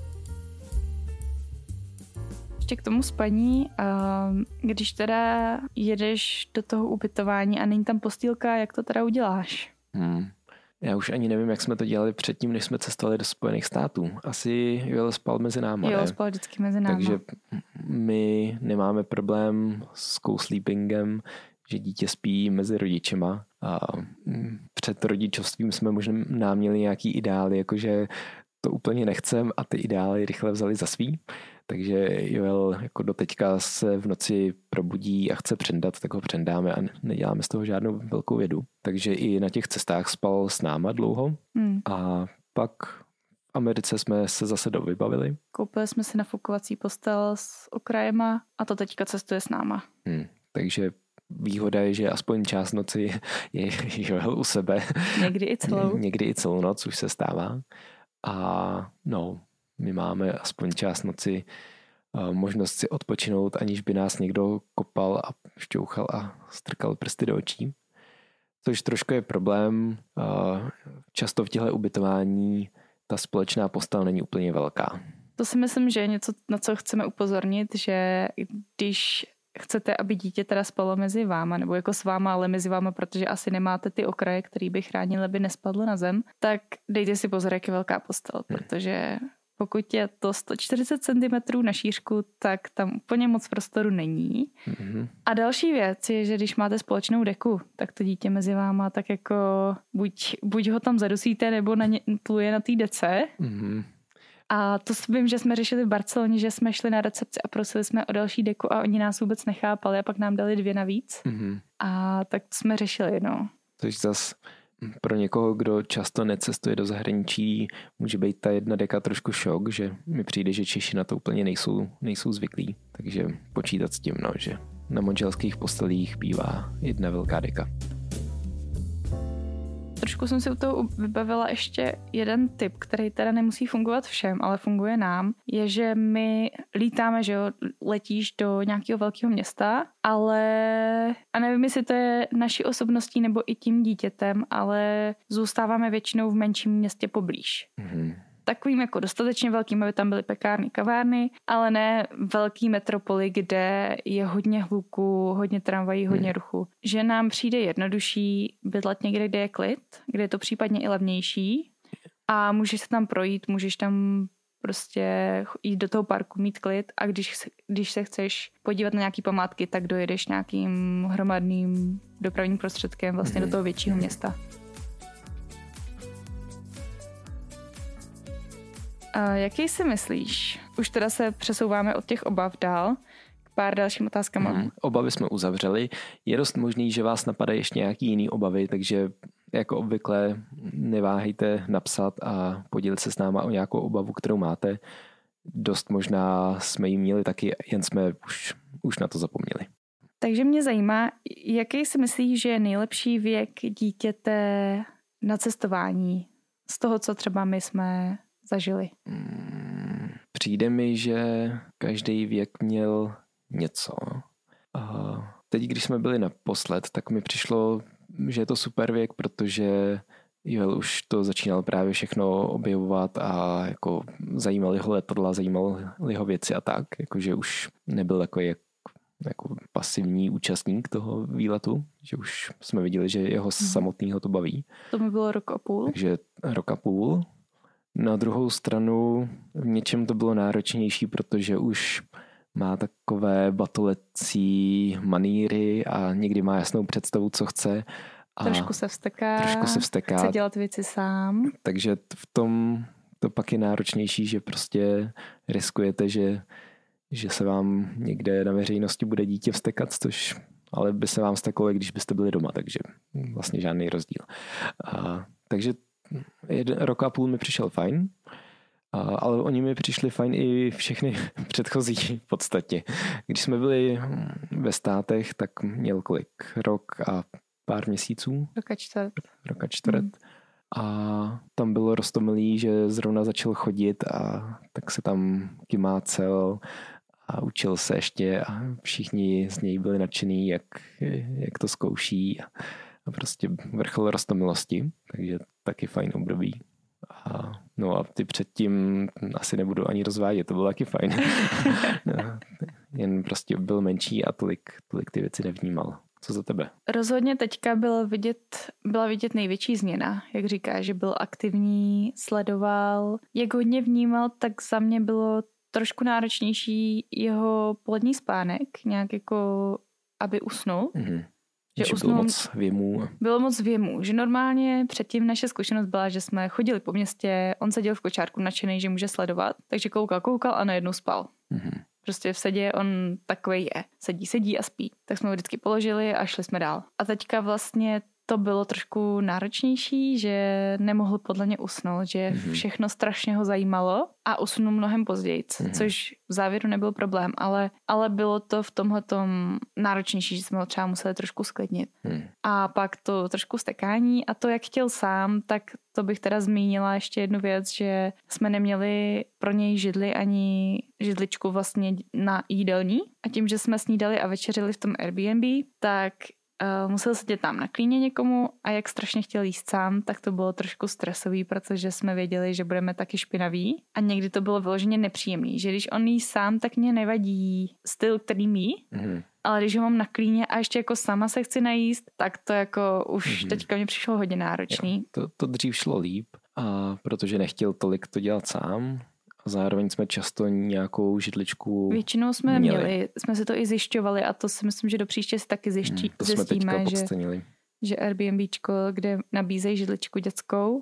Ještě k tomu spaní, když teda jedeš do toho ubytování a není tam postýlka, jak to teda uděláš? Hmm. Já už ani nevím, jak jsme to dělali předtím, než jsme cestovali do Spojených států. Asi Joel spal mezi náma, Jo, ne? spal vždycky mezi náma. Takže my nemáme problém s co-sleepingem, že dítě spí mezi rodičema. A před rodičovstvím jsme možná měli nějaký ideály, jakože to úplně nechcem a ty ideály rychle vzali za svý. Takže Joel jako doteďka se v noci probudí a chce přendat, tak ho přendáme a neděláme z toho žádnou velkou vědu. Takže i na těch cestách spal s náma dlouho hmm. a pak v Americe jsme se zase dovybavili. Koupili jsme si nafukovací postel s okrajema a to teďka cestuje s náma. Hmm. Takže výhoda je, že aspoň část noci je Joel u sebe. Někdy i celou. Někdy i celou noc už se stává. A no, my máme aspoň část noci uh, možnost si odpočinout, aniž by nás někdo kopal a šťouchal a strkal prsty do očí. Což trošku je problém. Uh, často v těchto ubytování ta společná postel není úplně velká. To si myslím, že je něco, na co chceme upozornit, že když chcete, aby dítě teda spalo mezi váma, nebo jako s váma, ale mezi váma, protože asi nemáte ty okraje, který by chránily, aby nespadlo na zem, tak dejte si pozor, jak je velká postel, hmm. protože pokud je to sto čtyřicet centimetrů na šířku, tak tam úplně moc prostoru není. Mm-hmm. A další věc je, že když máte společnou deku, tak to dítě mezi váma tak jako buď, buď ho tam zadusíte, nebo na ně, pluje na té dece. Mm-hmm. A to vím, že jsme řešili v Barceloně, že jsme šli na recepci a prosili jsme o další deku a oni nás vůbec nechápali a pak nám dali dvě navíc. Mm-hmm. A tak jsme řešili, no. Takže zas pro někoho, kdo často necestuje do zahraničí, může být ta jedna deka trošku šok, že mi přijde, že Češi na to úplně nejsou, nejsou zvyklí. Takže počítat s tím, no, že na manželských postelích bývá jedna velká deka. Trošku jsem si u toho vybavila ještě jeden tip, který teda nemusí fungovat všem, ale funguje nám, je, že my lítáme, že jo, letíš do nějakého velkého města, ale a nevím, jestli to je naší osobností nebo i tím dítětem, ale zůstáváme většinou v menším městě poblíž. Mm-hmm. Takovým jako dostatečně velkým, aby tam byly pekárny, kavárny, ale ne velký metropoly, kde je hodně hluku, hodně tramvají, hodně ruchu. Že nám přijde jednodušší bydlet někde, kde je klid, kde je to případně i levnější a můžeš se tam projít, můžeš tam prostě jít do toho parku, mít klid a když, když se chceš podívat na nějaký památky, tak dojedeš nějakým hromadným dopravním prostředkem vlastně do toho většího města. A jaký si myslíš? Už teda se přesouváme od těch obav dál k pár dalším otázkám. Hmm, obavy jsme uzavřeli. Je dost možný, že vás napadají ještě nějaký jiný obavy, takže jako obvykle neváhejte napsat a podělit se s náma o nějakou obavu, kterou máte. Dost možná jsme ji měli taky, jen jsme už, už na to zapomněli. Takže mě zajímá, jaký si myslíš, že je nejlepší věk dítěte na cestování z toho, co třeba my jsme zažili? Přijde mi, že každý věk měl něco. A teď, když jsme byli naposled, tak mi přišlo, že je to super věk, protože Joel už to začínal právě všechno objevovat a jako zajímali ho letadla, zajímali ho věci a tak, jakože už nebyl takový jak, jako pasivní účastník toho výletu, že už jsme viděli, že jeho samotného to baví. To mi bylo rok a půl. Takže rok a půl. Na druhou stranu v něčem to bylo náročnější, protože už má takové batolecí maníry a někdy má jasnou představu, co chce. A trošku se vzteká, trošku se vzteká. Chce dělat věci sám. Takže v tom to pak je náročnější, že prostě riskujete, že, že se vám někde na veřejnosti bude dítě vztekat, což ale by se vám vzteklo, když byste byli doma, takže vlastně žádný rozdíl. A, takže jeden rok a půl mi přišel fajn, a, ale oni mi přišli fajn i všechny předchozí v podstatě. Když jsme byli ve státech, tak měl kolik? Rok a pár měsíců? Roka čtvrt. Roka čtvrt. Hmm. A tam bylo roztomilý, že zrovna začal chodit a tak se tam kymácel a učil se ještě a všichni z něj byli nadšený, jak, jak to zkouší a, a prostě vrchol roztomilosti, takže taky fajn období. A, no a ty předtím asi nebudu ani rozvádět, to bylo taky fajn. No, jen prostě byl menší a tolik, tolik ty věci nevnímal. Co za tebe? Rozhodně teďka bylo vidět, byla vidět největší změna, jak říká, že byl aktivní, sledoval, jak hodně vnímal, tak za mě bylo trošku náročnější jeho polední spánek, nějak jako, aby usnul. Mm-hmm. Že, že usnul, bylo moc věmů. Bylo moc věmů, že normálně předtím naše zkušenost byla, že jsme chodili po městě, on seděl v kočárku nadšenej, že může sledovat, takže koukal, koukal a najednou spal. Mm-hmm. Prostě v sedě on takovej je. Sedí, sedí a spí. Tak jsme ho vždycky položili a šli jsme dál. A teďka vlastně to bylo trošku náročnější, že nemohl podle mě usnout, že mm-hmm. všechno strašně ho zajímalo a usnul mnohem později, mm-hmm. což v závěru nebyl problém, ale, ale bylo to v tomhletom náročnější, že jsme ho třeba museli trošku sklidnit. Mm. A pak to trošku stekání a to, jak chtěl sám, tak to bych teda zmínila ještě jednu věc, že jsme neměli pro něj židli ani židličku vlastně na jídelní a tím, že jsme snídali a večeřili v tom Airbnb, tak Uh, musel sedět tam na klíně někomu a jak strašně chtěl jíst sám, tak to bylo trošku stresový, protože jsme věděli, že budeme taky špinaví a někdy to bylo vyloženě nepříjemný, že když on jí sám, tak mě nevadí styl, který mí, mm-hmm. ale když ho mám na klíně a ještě jako sama se chci najíst, tak to jako už mm-hmm. teďka mě přišlo hodně náročný. Jo, to, to dřív šlo líp, a protože nechtěl tolik to dělat sám A zároveň jsme často nějakou židličku Většinou jsme měli. měli, jsme si to i zjišťovali a to si myslím, že do příště si taky zjiští, hmm, to jsme zjistíme, teďka že, podcenili. že Airbnbčko, kde nabízejí židličku dětskou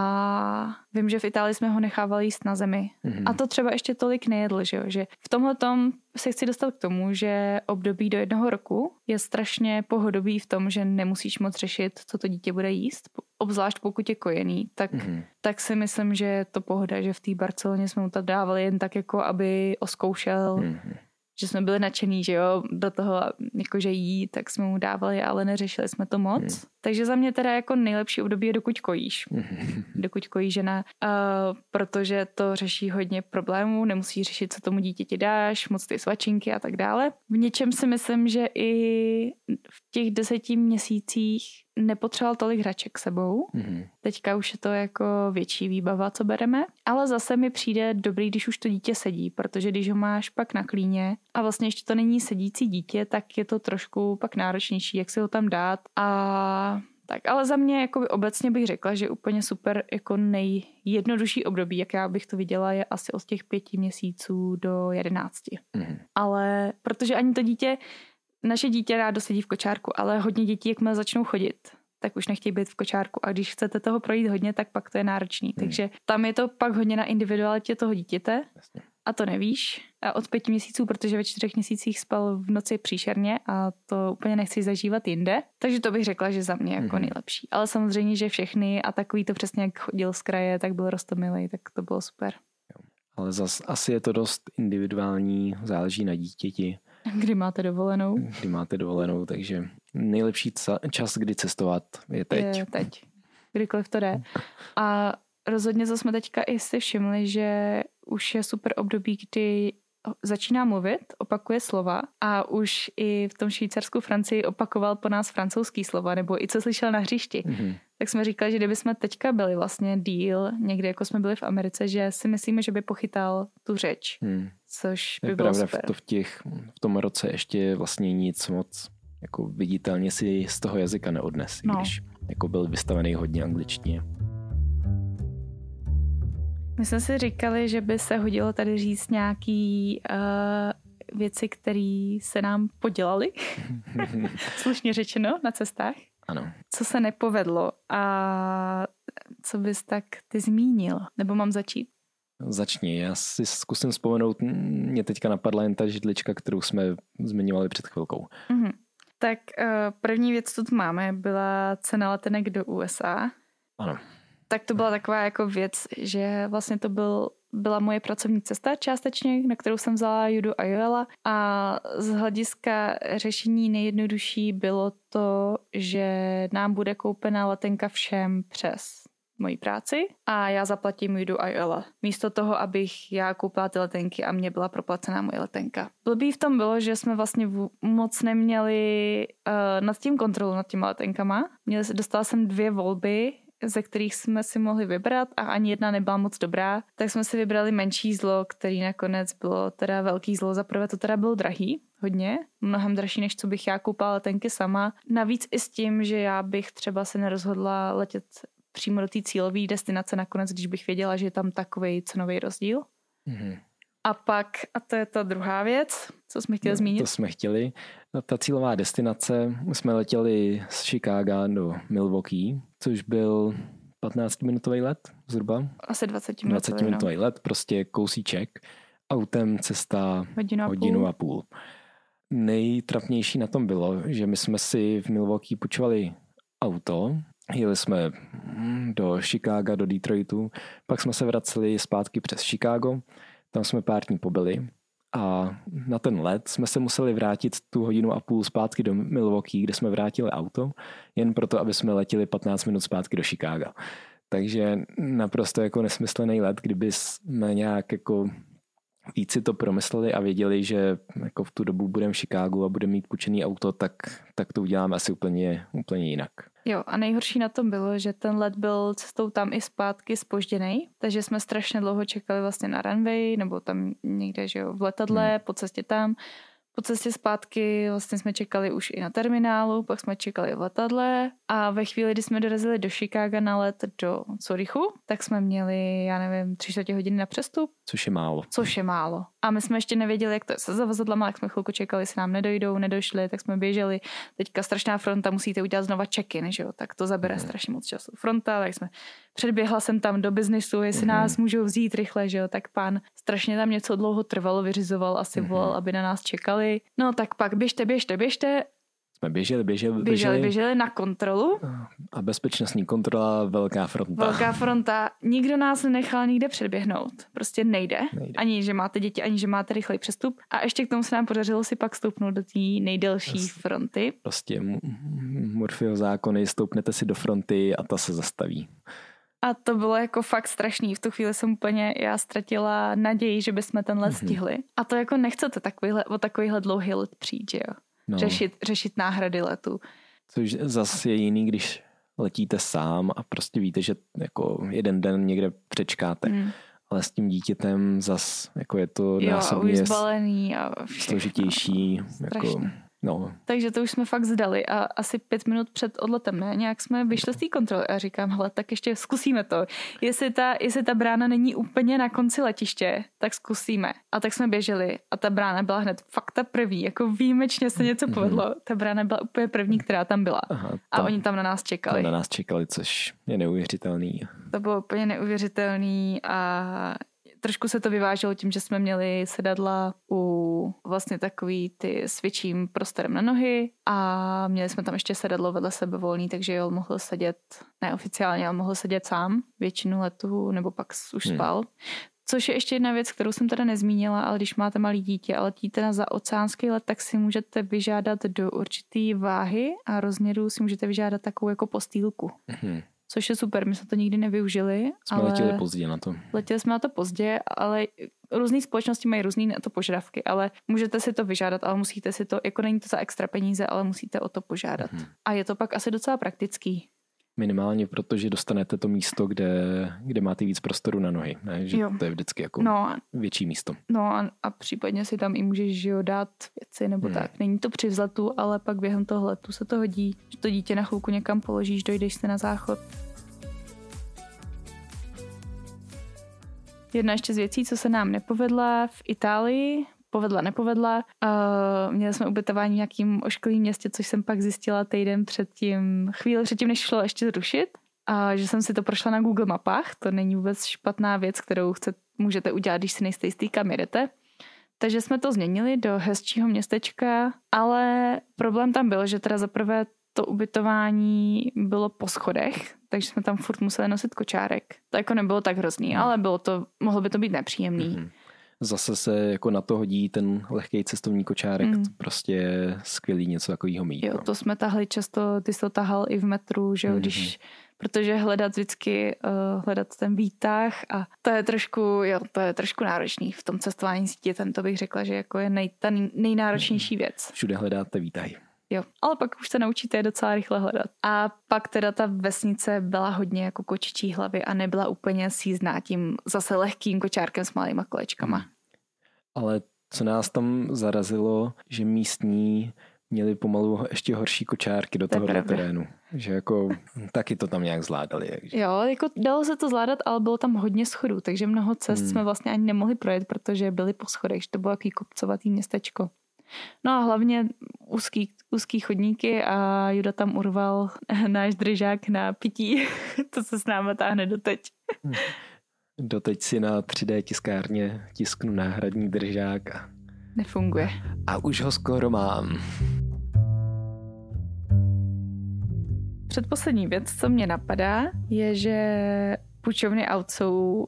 a vím, že v Itálii jsme ho nechávali jíst na zemi. Hmm. A to třeba ještě tolik nejedl, že jo? Že v tomhletom se chci dostat k tomu, že období do jednoho roku je strašně pohodový v tom, že nemusíš moc řešit, co to dítě bude jíst. Obzvlášť pokud je kojený, tak, hmm. tak si myslím, že je to pohoda, že v té Barceloně jsme mu to dávali jen tak jako, aby oskoušel, hmm. že jsme byli nadšený, že jo, do toho jakože jí, tak jsme mu dávali, ale neřešili jsme to moc. Hmm. Takže za mě teda jako nejlepší období je dokud kojíš. Hmm. Dokud kojí žena, uh, protože to řeší hodně problémů, nemusí řešit, co tomu dítěti dáš, moc ty svačinky a tak dále. V něčem si myslím, že i v těch deseti měsících nepotřeboval tolik hraček sebou. Mm-hmm. Teďka už je to jako větší výbava, co bereme. Ale zase mi přijde dobrý, když už to dítě sedí, protože když ho máš pak na klíně a vlastně ještě to není sedící dítě, tak je to trošku pak náročnější, jak si ho tam dát. A tak, ale za mě jako obecně bych řekla, že úplně super jako nejjednodušší období, jak já bych to viděla, je asi od těch pěti měsíců do jedenácti. Mm-hmm. Ale protože ani to dítě naše dítě rádo sedí v kočárku, ale hodně dětí, jakmile začnou chodit, tak už nechtějí být v kočárku. A když chcete toho projít hodně, tak pak to je náročný. Hmm. Takže tam je to pak hodně na individualitě toho dítěte. Jasně. A to nevíš. A od pěti měsíců, protože ve čtyřech měsících spal v noci příšerně a to úplně nechci zažívat jinde. Takže to bych řekla, že za mě jako hmm. nejlepší. Ale samozřejmě, že všechny a takový to přesně, jak chodil z kraje, tak byl roztomilý, tak to bylo super. Ale zas asi je to dost individuální, záleží na dítěti. Kdy máte dovolenou? Kdy máte dovolenou, takže nejlepší čas, kdy cestovat, je teď. Je teď. Kdykoliv to jde. A rozhodně, co jsme teďka i si všimli, že už je super období, kdy začíná mluvit, opakuje slova a už i v tom Švýcarsku, Francii opakoval po nás francouzský slova, nebo i co slyšel na hřišti. Mm-hmm. Tak jsme říkali, že kdyby jsme teďka byli vlastně díl, někde jako jsme byli v Americe, že si myslíme, že by pochytal tu řeč, hmm. což by je bylo pravda, super. V, to v, těch, v tom roce ještě vlastně nic moc jako viditelně si z toho jazyka neodnes, no. Když jako byl vystavený hodně angličtině. My jsme si říkali, že by se hodilo tady říct nějaký uh, věci, které se nám podělaly, slušně řečeno, na cestách. Ano. Co se nepovedlo a co bys tak ty zmínil? Nebo mám začít? Začni, já si zkusím vzpomenout, mě teďka napadla jen ta židlička, kterou jsme zmiňovali před chvilkou. Mm-hmm. Tak uh, první věc, co tu máme, byla cena letenek do U S A. Ano. Tak to byla taková jako věc, že vlastně to byl, byla moje pracovní cesta částečně, na kterou jsem vzala Judu a Joela a z hlediska řešení nejjednodušší bylo to, že nám bude koupena letenka všem přes moji práci a já zaplatím Judu a Joela. Místo toho, abych já koupila ty letenky a mě byla proplacená moje letenka. Blbý v tom bylo, že jsme vlastně moc neměli uh, nad tím kontrolu nad těma letenkama. Měli, dostala jsem dvě volby, ze kterých jsme si mohli vybrat a ani jedna nebyla moc dobrá, tak jsme si vybrali menší zlo, který nakonec bylo teda velký zlo. Zaprvé to teda bylo drahý, hodně, mnohem dražší, než co bych já koupala letenky sama. Navíc i s tím, že já bych třeba se nerozhodla letět přímo do té cílové destinace nakonec, když bych věděla, že je tam takovej cenový rozdíl. Mm-hmm. A pak, a to je ta druhá věc, co jsme chtěli no, zmínit. To jsme chtěli. Ta cílová destinace, jsme letěli z Chicaga do Milwaukee, což byl patnáctiminutový let zhruba. Asi dvacetiminutový. dvacetiminutový let, prostě kousíček. Autem cesta hodinu a, hodinu půl. a půl. Nejtrapnější na tom bylo, že my jsme si v Milwaukee půjčovali auto, jeli jsme do Chicaga, do Detroitu, pak jsme se vraceli zpátky přes Chicago, tam jsme pár dní pobyli a na ten let jsme se museli vrátit tu hodinu a půl zpátky do Milwaukee, kde jsme vrátili auto, jen proto, aby jsme letěli patnáct minut zpátky do Chicaga. Takže naprosto jako nesmyslný let, kdyby jsme nějak jako víc si to promysleli a věděli, že jako v tu dobu budeme v Chicagu a budeme mít půjčený auto, tak, tak to uděláme asi úplně, úplně jinak. Jo, a nejhorší na tom bylo, že ten let byl cestou tam i zpátky zpožděnej, takže jsme strašně dlouho čekali vlastně na runway, nebo tam někde, že jo, v letadle, hmm. po cestě tam. Po cestě zpátky vlastně jsme čekali už i na terminálu, pak jsme čekali v letadle a ve chvíli, kdy jsme dorazili do Chicaga na let do Curychu, tak jsme měli, já nevím, tři čtvrtě hodiny na přestup. Což je málo. Což je málo. A my jsme ještě nevěděli, jak to je se zavazadlama, jak jsme chvilku čekali, se nám nedojdou, nedošli, tak jsme běželi. Teďka strašná fronta, musíte udělat znova check-in, že jo? Tak to zabere mm. strašně moc času. Fronta, tak jsme předběhla jsem tam do biznisu, jestli mm. nás můžou vzít rychle, že jo? Tak pán strašně tam něco dlouho trvalo, vyřizoval, asi mm. volal, aby na nás čekali. No tak pak běžte, běžte, běžte. Jsme běželi, běželi, běželi. Běželi, běželi na kontrolu. A bezpečnostní kontrola, velká fronta. Velká fronta. Nikdo nás nenechal nikde předběhnout. Prostě nejde. nejde. Ani, že máte děti, ani, že máte rychlej přestup. A ještě k tomu se nám podařilo si pak stoupnout do té nejdelší Just, fronty. Prostě Murphyho zákony, stoupnete si do fronty a ta se zastaví. A to bylo jako fakt strašný. V tu chvíli jsem úplně, já ztratila naději, že bychom ten let mm-hmm. stihli. A to jako nechcete takovýhle, o takovýhle dlouhý let přijít, že jo? No. Řešit, řešit náhrady letu. Což zase je jiný, když letíte sám a prostě víte, že jako jeden den někde přečkáte. Mm. Ale s tím dítětem zas jako je to jo, násobně zbalený a složitější. Jako, no. Takže to už jsme fakt zdali a asi pět minut před odletem, ne? Nějak jsme vyšli z té kontroly a říkám, hele, tak ještě zkusíme to. Jestli ta, jestli ta brána není úplně na konci letiště, tak zkusíme. A tak jsme běželi a ta brána byla hned fakt ta první, jako výjimečně se něco povedlo. Ta brána byla úplně první, která tam byla. Aha, ta, a oni tam na nás čekali. Tam na nás čekali, což je neuvěřitelný. To bylo úplně neuvěřitelný a trošku se to vyváželo tím, že jsme měli sedadla u vlastně takový ty s větším prostorem na nohy a měli jsme tam ještě sedadlo vedle sebe volný, takže Joel mohl sedět, neoficiálně, ale mohl sedět sám většinu letu, nebo pak už spal. Hmm. Což je ještě jedna věc, kterou jsem teda nezmínila, ale když máte malý dítě a letíte na zaoceánský let, tak si můžete vyžádat do určitý váhy a rozměru si můžete vyžádat takovou jako postýlku. Hmm. Což je super, my jsme to nikdy nevyužili. Jsme ale letěli pozdě na to. Letěli jsme na to pozdě, ale různé společnosti mají různé na to požadavky, ale můžete si to vyžádat, ale musíte si to, jako není to za extra peníze, ale musíte o to požádat. Hmm. A je to pak asi docela praktický. Minimálně, protože dostanete to místo, kde, kde máte víc prostoru na nohy. Ne? Že to je vždycky jako no, větší místo. No a, a případně si tam i můžeš že dát věci nebo hmm. tak. Není to při vzletu, ale pak během toho letu se to hodí, že to dítě na chvilku někam položíš, dojdeš si na záchod. Jedna ještě z věcí, co se nám nepovedla v Itálii, povedla, nepovedla. Uh, měli jsme ubytování v nějakým ošklivým městě, což jsem pak zjistila týden předtím, chvíli předtím, než šlo ještě zrušit. A že jsem si to prošla na Google mapách, to není vůbec špatná věc, kterou chcete, můžete udělat, když si nejste jistý, kam jedete. Takže jsme to změnili do hezčího městečka, ale problém tam byl, že teda zaprvé to ubytování bylo po schodech, takže jsme tam furt museli nosit kočárek. To jako nebylo tak hrozný, ale bylo to, mohlo by to být nepříjemný. Mm-hmm. Zase se jako na to hodí ten lehký cestovní kočárek, mm. skvělý je skvělý něco takového mít. Jo, no. To jsme tahli často, ty jsi to tahal i v metru, že jo, mm-hmm. když, protože hledat vždycky, uh, hledat ten výtah a to je trošku, jo, to je trošku náročný v tom cestování s dítětem, to bych řekla, že jako je nej, ta nejnáročnější věc. Všude hledáte výtahy. Jo, ale pak už se naučíte je docela rychle hledat. A pak teda ta vesnice byla hodně jako kočičí hlavy a nebyla úplně sízná tím zase lehkým kočárkem s malýma kolečkama. Hmm. Ale co nás tam zarazilo, že místní měli pomalu ještě horší kočárky do tohohle terénu. Že jako taky to tam nějak zvládali. Takže. Jo, jako dalo se to zvládat, ale bylo tam hodně schodů, takže mnoho cest hmm. jsme vlastně ani nemohli projet, protože byly po schodech, že to bylo takový kopcovatý městečko. No a hlavně úzký, úzký chodníky a Juda tam urval náš držák na pití. To se s náma táhne doteď. Doteď si na tři dé tiskárně tisknu náhradní držák. A... Nefunguje. A už ho skoro mám. Předposlední věc, co mě napadá, je, že půjčovny aut jsou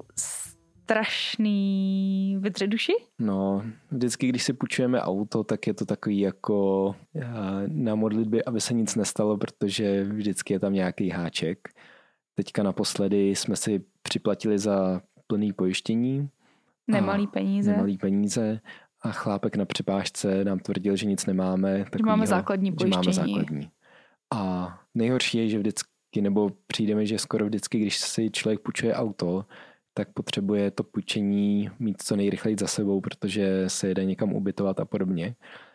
strašný vydředuši? No, vždycky, když si půjčujeme auto, tak je to takový jako na modlitby, aby se nic nestalo, protože vždycky je tam nějaký háček. Teďka naposledy jsme si připlatili za plný pojištění. Nemalý peníze. Nemalý peníze. A chlápek na přepážce nám tvrdil, že nic nemáme. Že máme základní pojištění. Že máme základní. A nejhorší je, že vždycky, nebo přijdeme, že skoro vždycky, když si člověk půjčuje auto, tak potřebuje to půjčení mít co nejrychleji za sebou, protože se jede někam ubytovat a podobně.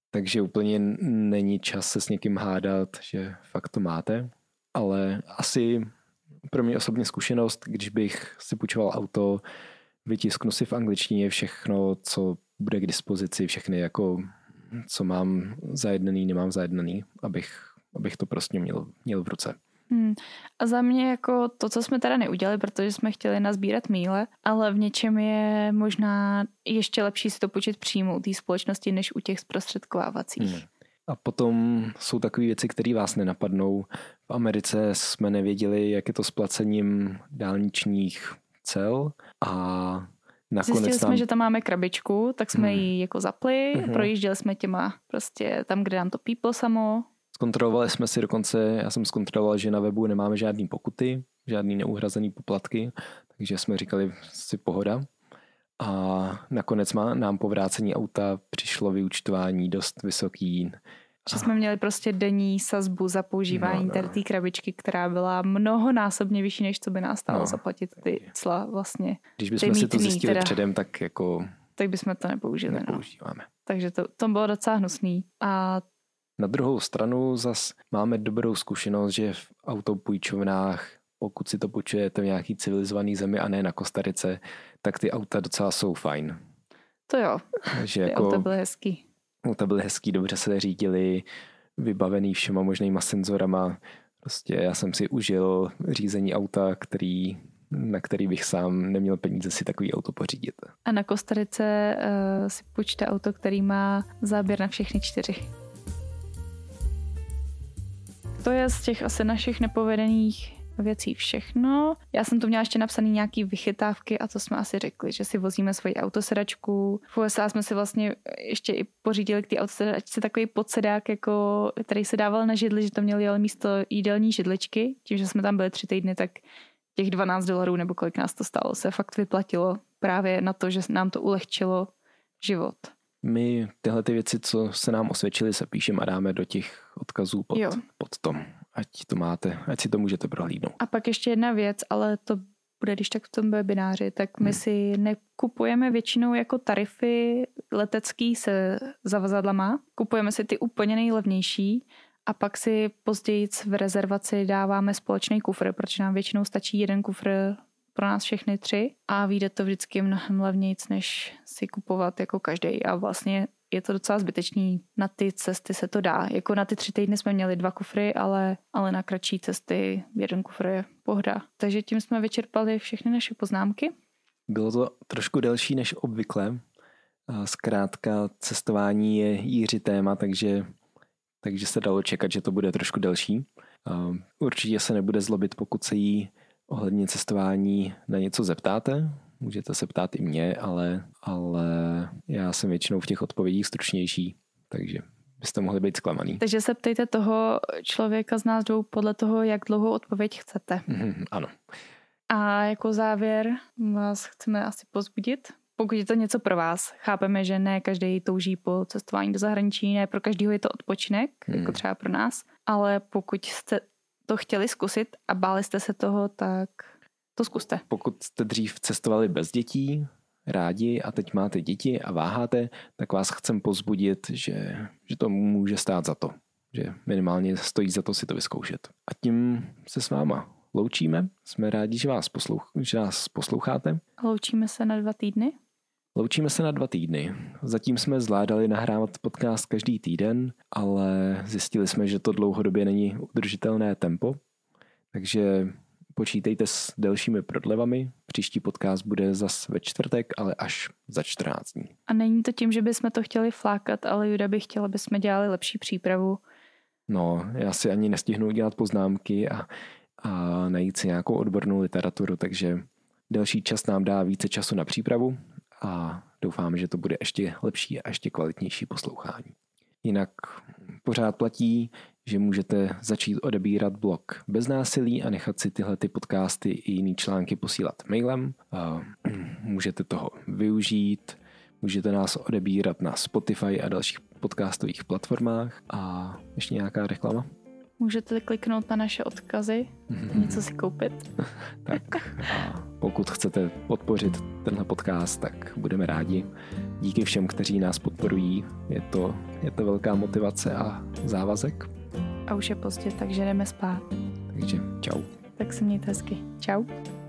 takže úplně není čas se s někým hádat, že fakt to máte. Ale asi pro mě osobně zkušenost, když bych si půjčoval auto, vytisknu si v angličtině všechno, co bude k dispozici, všechny jako, co mám zajednaný, nemám zajednaný, abych, abych to prostě měl, měl v ruce. Hmm. A za mě jako to, co jsme teda neudělali, protože jsme chtěli nazbírat míle, ale v něčem je možná ještě lepší si to půjčit přímo u té společnosti, než u těch zprostředkovávacích. Hmm. A potom jsou takové věci, které vás nenapadnou. V Americe jsme nevěděli, jak je to s placením dálničních cel a nakonec Zjistili nám... jsme, že tam máme krabičku, tak jsme hmm. ji jako zapli, hmm. projížděli jsme těma prostě tam, kde nám to píplo samo. Zkontrolovali jsme si dokonce, já jsem zkontroloval, že na webu nemáme žádný pokuty, žádný neuhrazený poplatky, takže jsme říkali si pohoda. A nakonec má, nám po vrácení auta přišlo vyúčtování dost vysoký. Že jsme měli prostě denní sazbu za používání no, no. té krabičky, která byla mnohonásobně vyšší, než co by nás stálo no, zaplatit ty cla vlastně. Když bychom si to zjistili teda, předem, tak jako... Tak bychom to nepoužili. Nepoužíváme. No. Takže to, to bylo docela hnusný. A na druhou stranu zas máme dobrou zkušenost, že v autopůjčovnách, pokud si to půjčujete v nějaký civilizovaný zemi a ne na Kostarice, tak ty auta docela jsou fajn. To jo, že ty jako, auta byly hezký. Auta byly hezký, dobře se řídili, vybavený všema možnýma senzorama. Prostě já jsem si užil řízení auta, který, na který bych sám neměl peníze si takový auto pořídit. A na Kostarice uh, si půjčte auto, který má záběr na všechny čtyři. To je z těch asi našich nepovedených věcí všechno. Já jsem tu měla ještě napsaný nějaký vychytávky a to jsme asi řekli, že si vozíme svoji autosedačku. V U S A jsme si vlastně ještě i pořídili k té autosedačce takový podsedák, jako, který se dával na židli, že to měli ale místo jídelní židličky. Tím, že jsme tam byli tři týdny, tak těch dvanáct dolarů nebo kolik nás to stálo, se fakt vyplatilo právě na to, že nám to ulehčilo život. My tyhle ty věci, co se nám osvědčily, se píšeme a dáme do těch odkazů pod, pod tom. Ať to máte, ať si to můžete prohlídnout. A pak ještě jedna věc, ale to bude když tak v tom webináři, tak my hmm. si nekupujeme většinou jako tarify letecký se zavazadlama. Kupujeme si ty úplně nejlevnější a pak si později v rezervaci dáváme společný kufr, protože nám většinou stačí jeden kufr pro nás všechny tři a vyjde to vždycky mnohem levnějc, než si kupovat jako každý. A vlastně je to docela zbytečný. Na ty cesty se to dá. Jako na ty tři týdny jsme měli dva kufry, ale, ale na kratší cesty jeden kufr je pohoda. Takže tím jsme vyčerpali všechny naše poznámky. Bylo to trošku delší než obvykle. Zkrátka cestování je jíři téma, takže, takže se dalo čekat, že to bude trošku delší. Určitě se nebude zlobit, pokud se jí ohledně cestování na něco zeptáte. Můžete se ptát i mě, ale, ale já jsem většinou v těch odpovědích stručnější, takže byste mohli být zklamaný. Takže se ptejte toho člověka z nás dvou podle toho, jak dlouhou odpověď chcete. Mm, ano. A jako závěr vás chceme asi povzbudit. Pokud je to něco pro vás, chápeme, že ne každý touží po cestování do zahraničí, ne pro každého je to odpočinek, mm. jako třeba pro nás, ale pokud jste to chtěli zkusit a báli jste se toho, tak to zkuste. Pokud jste dřív cestovali bez dětí, rádi a teď máte děti a váháte, tak vás chcem povzbudit, že, že to může stát za to. Že minimálně stojí za to si to vyzkoušet. A tím se s váma loučíme. Jsme rádi, že vás, poslouch, že nás posloucháte. Loučíme se na dva týdny. Loučíme se na dva týdny. Zatím jsme zvládali nahrávat podcast každý týden, ale zjistili jsme, že to dlouhodobě není udržitelné tempo. Takže počítejte s delšími prodlevami. Příští podcast bude zas ve čtvrtek, ale až za čtrnáct dní. A není to tím, že bychom to chtěli flákat, ale Juda by chtěla, aby jsme dělali lepší přípravu. No, já si ani nestihnu dělat poznámky a, a najít si nějakou odbornou literaturu, takže delší čas nám dá více času na přípravu a doufám, že to bude ještě lepší a ještě kvalitnější poslouchání. Jinak pořád platí, že můžete začít odebírat blog Bez násilí a nechat si tyhle ty podcasty i jiný články posílat mailem. A můžete toho využít, můžete nás odebírat na Spotify a dalších podcastových platformách. A ještě nějaká reklama? Můžete kliknout na naše odkazy, mm-hmm. něco si koupit. Tak a pokud chcete podpořit tenhle podcast, tak budeme rádi. díky všem, kteří nás podporují. Je to, je to velká motivace a závazek. A už je pozdě, takže jdeme spát. Takže čau. Tak se mějte hezky. Čau.